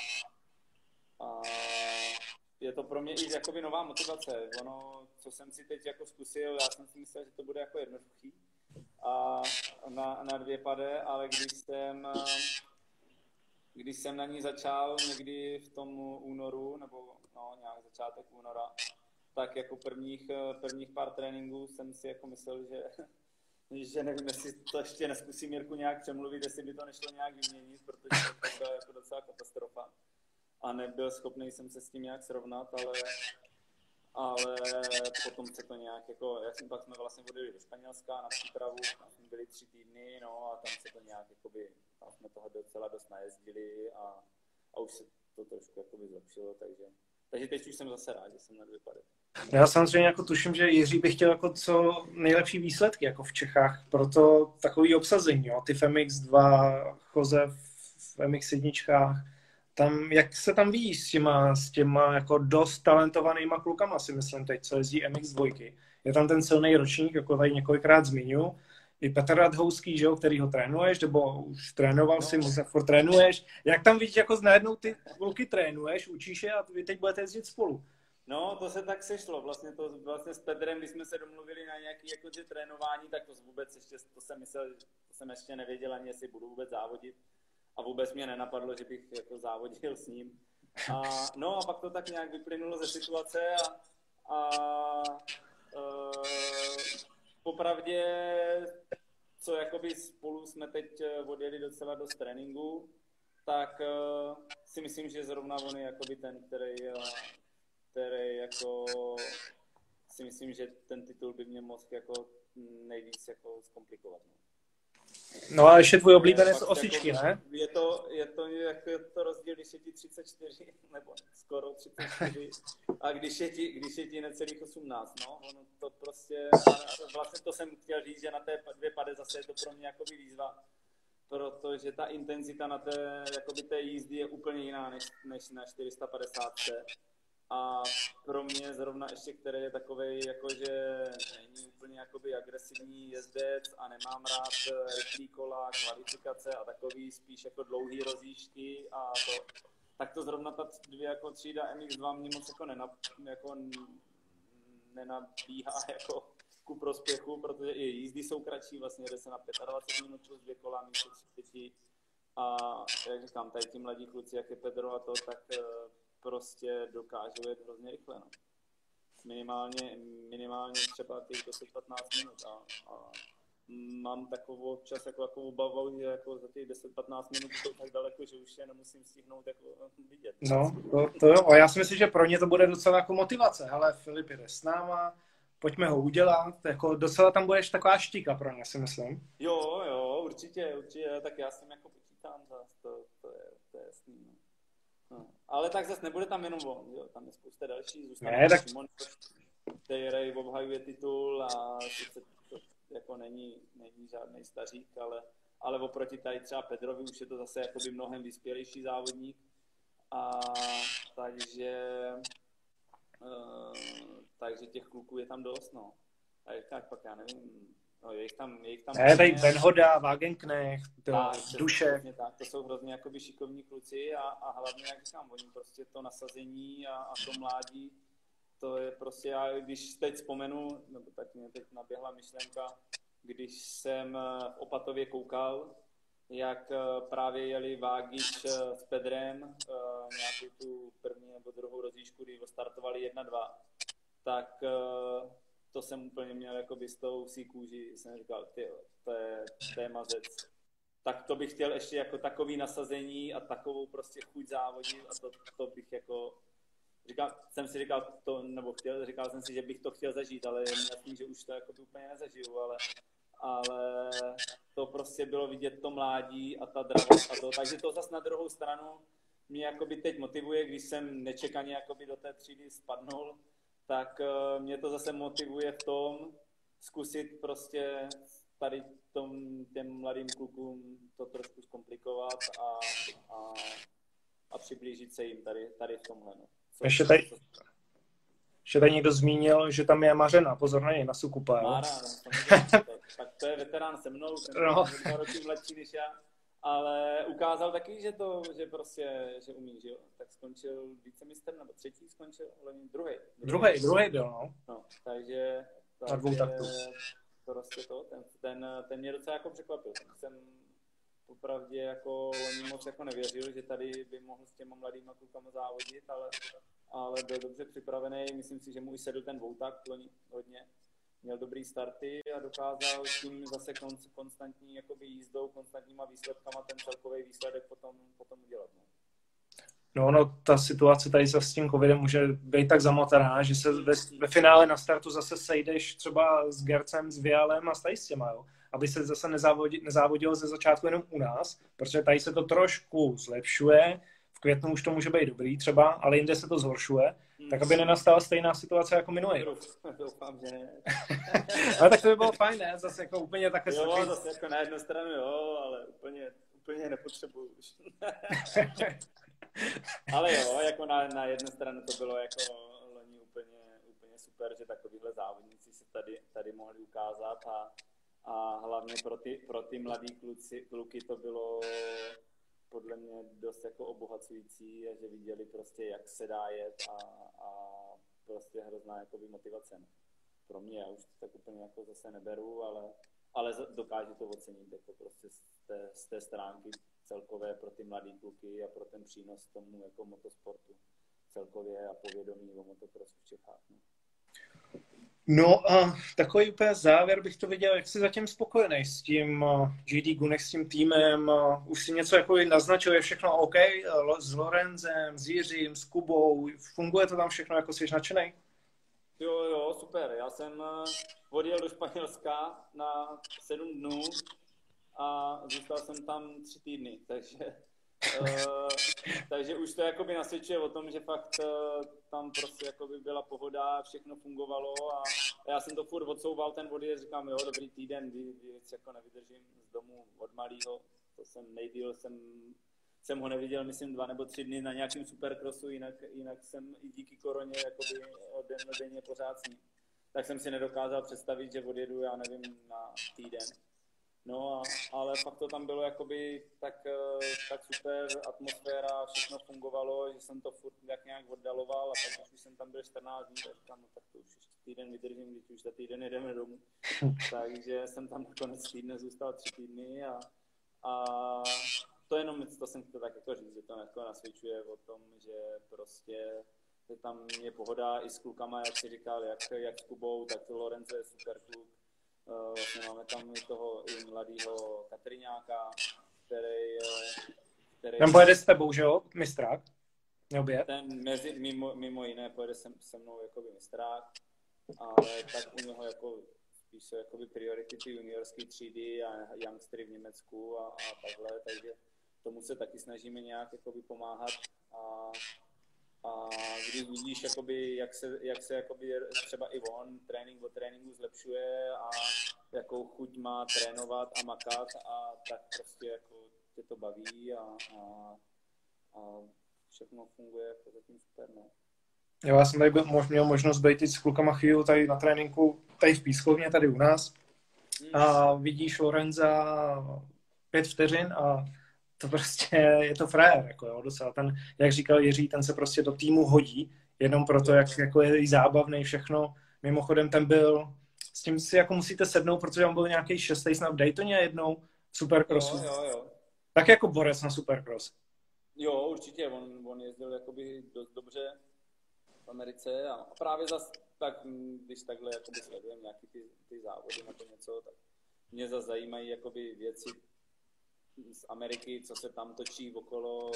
a je to pro mě i jakoby nová motivace. Ono, co jsem si teď jako zkusil, já jsem si myslel, že to bude jako jednoduchý a na, na dvě pade, ale když jsem, když jsem na ní začal někdy v tom únoru, nebo no, nějak začátek února, tak jako prvních, prvních pár tréninků jsem si jako myslel, že, že nevím, jestli to ještě neskusím Jirku nějak přemluvit, jestli by to nešlo nějak vyměnit, protože to byla jako docela katastrofa. A nebyl schopný jsem se s tím nějak srovnat, ale, ale potom se to nějak jako, jak jsem pak jsme vlastně odjeli do Španělska na přípravu, tam jsme byli tři týdny, no a tam se to nějak jakoby, tam jsme toho docela dost najezdili a, a už se to trošku jakoby zlepšilo, takže, takže teď už jsem zase rád, že jsem na dvě pady. Já samozřejmě jako tuším, že Jiří by chtěl jako co nejlepší výsledky jako v Čechách, proto takový obsazení, jo, ty v M X dva, Josef v M X jedna, tam, jak se tam víš s těma, s těma jako dost talentovanýma klukama, si myslím teď, co jezdí M X dva. Je tam ten silný ročník, jako tady několikrát zmiňuji. I Petr Radhouský, že jo, který ho trénuješ, nebo už trénoval no. si, možná furt trénuješ. Jak tam vidíš, jako najednou ty kluky trénuješ, učíš je a vy teď budete jezdit spolu? No, to se tak sešlo. Vlastně, to, vlastně s Petrem, když jsme se domluvili na nějaké jako, trénování, tak to vůbec ještě, to jsem myslel, to jsem ještě nevěděl ani, jestli budu vůbec závodit. A vůbec mě nenapadlo, že bych jako závodil s ním. A, no a pak to tak nějak vyplynulo ze situace a, a uh, popravdě, co jakoby spolu jsme teď odjeli docela dost tréninku, tak uh, si myslím, že zrovna on je jakoby ten, který, uh, který jako si myslím, že ten titul by mě mohl jako nejvíc jako zkomplikovat. No. No a ještě tvůj oblíbenec osičky, jako, ne? Je to, je to, jak je to rozdíl, když je ti třicet čtyři, nebo skoro třicet čtyři, a když je ti, když je ti necelých osmnáct, no, ono to prostě, vlastně to jsem chtěl říct, že na té dvě pade zase je to pro mě jakoby výzva, protože ta intenzita na té, jakoby té jízdy je úplně jiná než, než na čtyři sta padesát. A pro mě zrovna ještě, který je takovej, jakože není úplně jakoby agresivní jezdec a nemám rád rychlý kola, kvalifikace a takový spíš jako dlouhý rozjížďky a to, tak to zrovna ta dvě jako třída M X dva mě moc jako, nenab, jako nenabíhá jako ku prospěchu, protože i jízdy jsou kratší, vlastně jde se na dvacet pět minut plus dvě kola místo třicet. A jak říkám, tady ti mladí kluci, jak je Pedro a to, tak prostě dokážou jet hrozně rychle. No. Minimálně, minimálně třeba těch deset patnáct minut. A, a mám takovou občas jako, jako obavu, že jako za těch deset patnáct minut jsou tak daleko, že už je nemusím stihnout jako vidět. No, to, to jo. A já si myslím, že pro ně to bude docela jako motivace. Hele, Filip jde s náma, pojďme ho udělat. Jako docela tam budeš taková štíka pro ně, si myslím. Jo, jo, určitě, určitě. Tak já jsem jako počítám zase, to, to, je, to je jasný. No. No. Ale tak zase nebude tam jenom on, jo. Tam je spousta dalších. Zůstane ne, tak... Šimon, který obhajuje titul a sice to jako není, není žádný stařík, ale, ale oproti tady třeba Pedrovi už je to zase jakoby mnohem vyspělejší závodník. A takže, uh, takže těch kluků je tam dost, no. A tak pak já nevím, no je jich tam, je jich tam... Ne, tady Benhoda, Wagenknecht, Duše. Tak, to jsou hrozně jakoby šikovní kluci a, a hlavně, jak říkám, oni prostě to nasazení a, a to mládí, to je prostě, já když teď vzpomenu, nebo tak mě teď naběhla myšlenka, když jsem v Opatově koukal, jak právě jeli Vágič s Pedrem, nějakou tu první nebo druhou rozjížďku, kdy startovali jedna dva, tak to jsem úplně měl jakoby s tou vsí kůži, jsem říkal, tyjo, to je, to je mazec. Tak to bych chtěl ještě jako takový nasazení a takovou prostě chuť závodit a to, to bych jako, říkal, jsem si říkal, to, nebo chtěl, říkal jsem si, že bych to chtěl zažít, ale myslím, že už to jako úplně nezažiju, ale, ale to prostě bylo vidět to mládí a ta dravost a to, takže to zase na druhou stranu mě jakoby teď motivuje, když jsem nečekaně jakoby do té třídy spadnul, tak uh, mě to zase motivuje v tom zkusit prostě tady tom, těm mladým klukům to trošku zkomplikovat a, a, a přiblížit se jim tady, tady v tomhle. No. Co, ještě, tady, co... ještě tady někdo zmínil, že tam je Mařena, pozor na něj, na Sukupa. Mára, no, tak to je veterán se mnou, ten no. je dva roky mladší než já, ale ukázal taky, že to, že prostě, že umí, že jo. Tak skončil vicemistr, nebo třetí skončil, ale druhý. Druhý, druhý byl, no. No, takže, takže na dvou taktů. Prostě to, ten, ten, ten mě docela jako překvapil. Jsem popravdě jako oni moc jako nevěřil, že tady by mohl s těma mladýma klukama závodit, ale, ale byl dobře připravený. Myslím si, že mu i sedl ten dvoutakt hodně. Měl dobrý starty a dokázal tím zase konstantní jakoby jízdou, konstantníma výsledkama ten celkový výsledek potom, potom udělat. No. No, no, ta situace tady s tím covidem může být tak zamotaná, že se ve, ve finále na startu zase sejdeš třeba s Gercem, s Vialem a s těma, jo. Aby se zase nezávodil, nezávodilo ze začátku jenom u nás, protože tady se to trošku zlepšuje, v květnu už to může být dobrý třeba, ale jinde se to zhoršuje, hmm. tak aby nenastala stejná situace jako minulý rok. Doufám, že ne. Ale tak to by bylo fajn, ne? Zase jako úplně takhle... Jo, takový... zase jako na jednu stranu, jo, ale úplně, úplně nepotřebuju už. Ale jo, jako na, na jednu stranu to bylo jako loni úplně, úplně super, že takovýhle závodníci se tady, tady mohli ukázat a, a hlavně pro ty, pro ty mladý kluci, kluky to bylo podle mě dost jako obohacující a že viděli prostě, jak se dá jet a, a prostě hrozná jakoby motivace. Pro mě, já už to tak úplně jako zase neberu, ale, ale dokážu to ocenit jako prostě z té, z té stránky celkové pro ty mladý kluky a pro ten přínos tomu jako motosportu celkově a povědomí o motocrossu v Čechách. No. No a takový úplně závěr bych to viděl, jak jsi zatím spokojený s tím J D Gunek, s tím týmem. Už si něco jako naznačil, je všechno OK s Lorenzem, s Jiřím, s Kubou, funguje to tam všechno, jako jsi nadšenej? Jo, jo, super. Já jsem odjel do Španělska na sedm dnů a zůstal jsem tam tři týdny, takže, uh, takže už to jakoby nasvědčuje o tom, že fakt uh, tam prostě jakoby byla pohoda, všechno fungovalo a já jsem to furt odsouval ten odjezd, říkám, jo, dobrý týden, víc jako nevydržím z domu od malýho, to jsem nejdýl, jsem, jsem ho neviděl, myslím, dva nebo tři dny na nějakém supercrossu, jinak, jinak jsem i díky koroně jakoby denně pořád s ním. Tak jsem si nedokázal představit, že odjedu, já nevím, na týden. No, a, ale fakt to tam bylo jakoby tak, tak super, atmosféra, všechno fungovalo, že jsem to furt jak nějak oddaloval a pak už jsem tam byl čtrnáct dní, tak tam, no, tak to už ještě týden vydržím, když už za týden jedeme domů. Takže jsem tam nakonec týdne zůstal tři týdny a, a to jenom, to jsem chtěl tak jako říct, že to jako nasvědčuje o tom, že prostě že tam je pohoda i s klukama, jak si říkal, jak, jak s Kubou, tak Lorenzo je super kluk. Vlastně máme tam i toho i mladýho Katriňáka, který... který Tam pojede s tebou, že jo, mistrák? Neoběd? Ten mezi, mimo, mimo jiné pojede se, se mnou jakoby mistrák, ale tak u něho jako spíš jsou jakoby priority ty juniorské třídy a youngstery v Německu a, a takhle, takže tomu se taky snažíme nějak jakoby pomáhat a A když vidíš, jakoby, jak se, jak se jakoby, třeba i on trénink od tréninku zlepšuje a jakou chuť má trénovat a makat, a tak prostě jako tě to baví a, a, a všechno funguje jako zatím super. No. Jo, já jsem tady byl, měl možnost být s klukama chvíli tady na tréninku, tady v Pískovně, tady u nás. Hmm. A vidíš Lorenza pět vteřin a to prostě je to frajer, jako jo, docela ten, jak říkal Jiří, ten se prostě do týmu hodí, jenom proto, jak jako je zábavný všechno. Mimochodem ten byl, s tím si jako musíte sednout, protože on byl nějaký šestý snad v Daytoně jednou, v Supercrossu. Jo, jo, jo. Tak jako borec na Supercross. Jo, určitě, on, on jezdil jakoby dost dobře v Americe a právě zas, tak když takhle jakoby sledujeme nějaký ty, ty závody nebo něco, tak mě zase zajímají jakoby věci z Ameriky, co se tam točí okolo,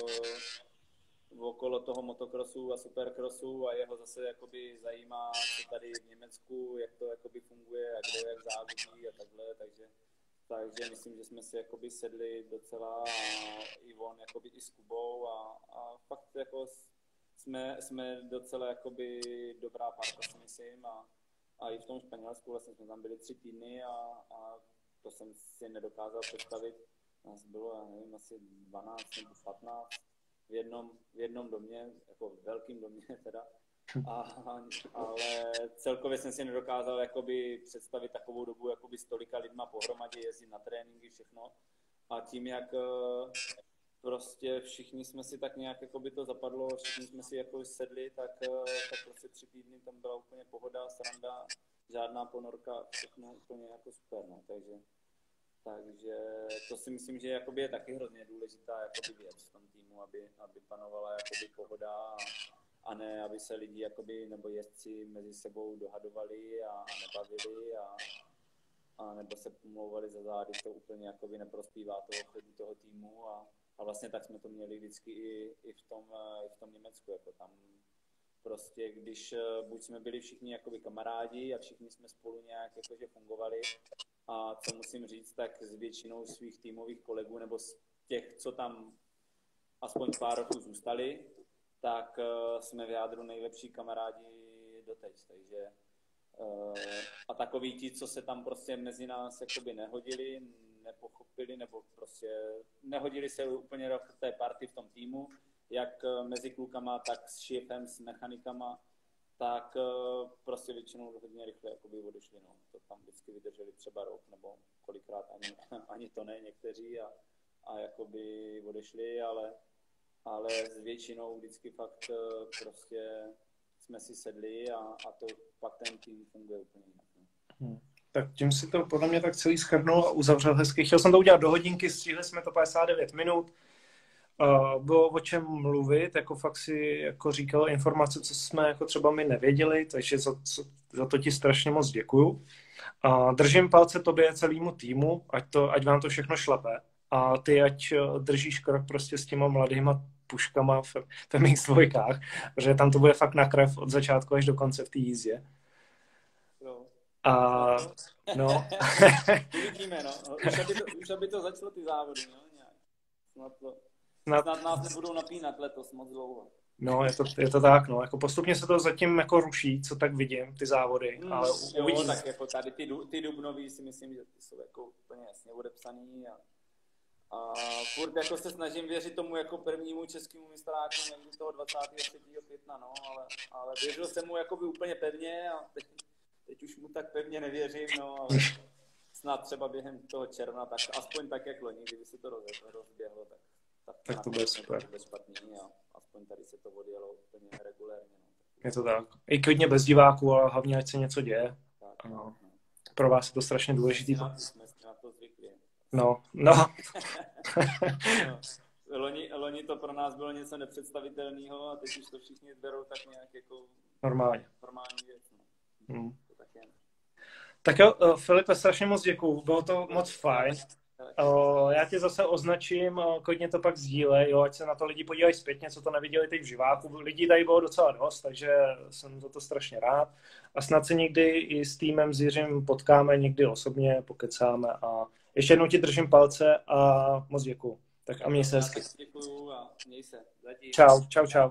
okolo toho motocrossu a supercrossu, a jeho zase jakoby zajímá, co tady v Německu, jak to jakoby funguje a kdo jak závodí a takhle, takže, takže myslím, že jsme si jakoby sedli docela a i on jakoby i s Kubou a, a fakt jako jsme, jsme docela jakoby dobrá parta, si myslím, a, a i v tom Španělsku vlastně jsme tam byli tři týdny a, a to jsem si nedokázal představit. Nás bylo, já nevím, asi dvanáct nebo patnáct v jednom, v jednom domě, jako v velkým domě teda. A, ale celkově jsem si nedokázal jakoby představit takovou dobu jakoby s tolika lidma pohromadě, jezdit na tréninky, všechno. A tím, jak prostě všichni jsme si tak nějak jakoby to zapadlo, všichni jsme si jako sedli, tak, tak prostě tři týdny tam byla úplně pohoda, sranda, žádná ponorka, všechno úplně jako super, no, takže... Takže to si myslím, že jakoby je taky hrozně důležitá jakoby věc v tom týmu, aby, aby panovala jakoby pohoda a, a ne, aby se lidi jakoby, nebo jezdci mezi sebou dohadovali a, a nebavili a, a nebo se pomlouvali za zády, to úplně jakoby neprospívá toho chodu toho týmu a, a vlastně tak jsme to měli vždycky i, i, v, tom, i v tom Německu, jako tam prostě, když buď jsme byli všichni jakoby kamarádi a všichni jsme spolu nějak jakože fungovali. A co musím říct, tak s většinou svých týmových kolegů nebo z těch, co tam aspoň pár roků zůstali, tak uh, jsme v jádru nejlepší kamarádi doteď. Takže, uh, a takoví ti, co se tam prostě mezi nás jakoby nehodili, nepochopili, nebo prostě nehodili se úplně do té party v tom týmu, jak mezi klukama, tak s šéfem, s mechanikama, tak uh, prostě většinou hodně rychle jakoby odešli. No. To tam vždycky vydrželi třeba rok, nebo kolikrát ani, ani to ne někteří a, a jakoby odešli, ale, ale s většinou vždycky fakt uh, prostě jsme si sedli a, a to pak ten tým funguje úplně jinak. No. Hmm. Tak tím si to podle mě tak celý shrnul a uzavřel hezky. Chtěl jsem to udělat do hodinky, stihli jsme to padesát devět minut. uh, bylo o čem mluvit, jako fakt si jako říkal informace, co jsme jako třeba my nevěděli, takže za, za to ti strašně moc děkuju. A držím palce tobě celému týmu, ať, to, ať vám to všechno šlape. A ty ať držíš krok prostě s těma mladýma puškama v, v mých dvojkách, protože tam to bude fakt na krev od začátku až do konce v té jízdě. No. A no. Uvidíme, no. Už aby, to, už aby to začalo ty závody, no. Snad, to, snad, snad nás nebudou napínat letos moc dlouho. No, je to, je to tak, no. Jako postupně se to zatím jako ruší, co tak vidím, ty závody, mm, ale uvidíme. Jo, tak jako tady ty, ty dubnový si myslím, že ty jsou jako úplně jasně odepsaný a, a furt jako se snažím věřit tomu jako prvnímu českému mistráku někdy toho dvacátého třetího května, no, ale, ale věřil jsem mu jako by úplně pevně a teď, teď už mu tak pevně nevěřím, no, ale snad třeba během toho června, tak aspoň tak jak loni, kdyby se to rozběhlo, tak tak, tak to bude super. To bude špatný a aspoň tady se to odjelo úplně regulérně. No. Je to tak. I klidně bez diváků, ale hlavně ať se něco děje. Tak, no. Pro vás je to strašně důležitý. Jsme jsme na to zvyklí. No, no. no. Loni, loni to pro nás bylo něco nepředstavitelného a teď už to všichni berou tak nějak jako normálně. Normální věc. No. Hmm. To tak, je. Tak jo, Filipe, strašně moc děkuju. Bylo to moc fajn. O, já tě zase označím, klidně to pak sdílej, jo, ať se na to lidi podívají zpětně, co to neviděli teď v živáku. Lidí tady bylo docela dost, takže jsem za to strašně rád. A snad se někdy i s týmem s Jiřím potkáme někdy osobně, pokecáme. A ještě jednou ti držím palce a moc děkuju. Tak a měj se hezky. Děkuju a měj se. Zatím. Čau, čau, čau.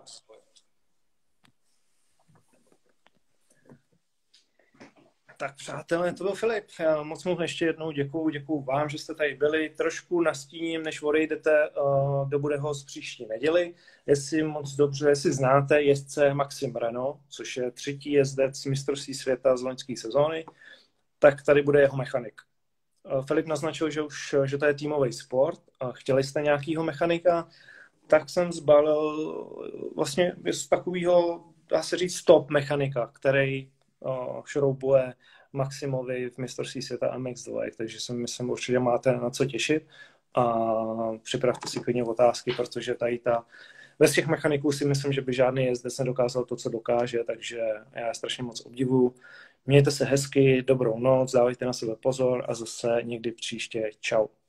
Tak přátelé, to byl Filip. Já moc moc ještě jednou děkuju, děkuju vám, že jste tady byli. Trošku nastíním, než odejdete uh, do Budehoz příští neděli. Jestli moc dobře, jestli znáte jezdce Maxim Renault, což je třetí jezdec mistrovství světa z loňské sezóny, tak tady bude jeho mechanik. Uh, Filip naznačil, že už že to je týmový sport. Uh, chtěli jste nějakýho mechanika, tak jsem zbalil vlastně z takového, dá se říct, top mechanika, který šroubuje Maximovi v mistrovství světa M X dva, takže si myslím, určitě máte na co těšit a připravte si klidně otázky, protože tady ta, bez těch mechaniků si myslím, že by žádný jezdec nedokázal to, co dokáže, takže já strašně moc obdivuju. Mějte se hezky, dobrou noc, dávejte na sebe pozor a zase někdy příště. Čau.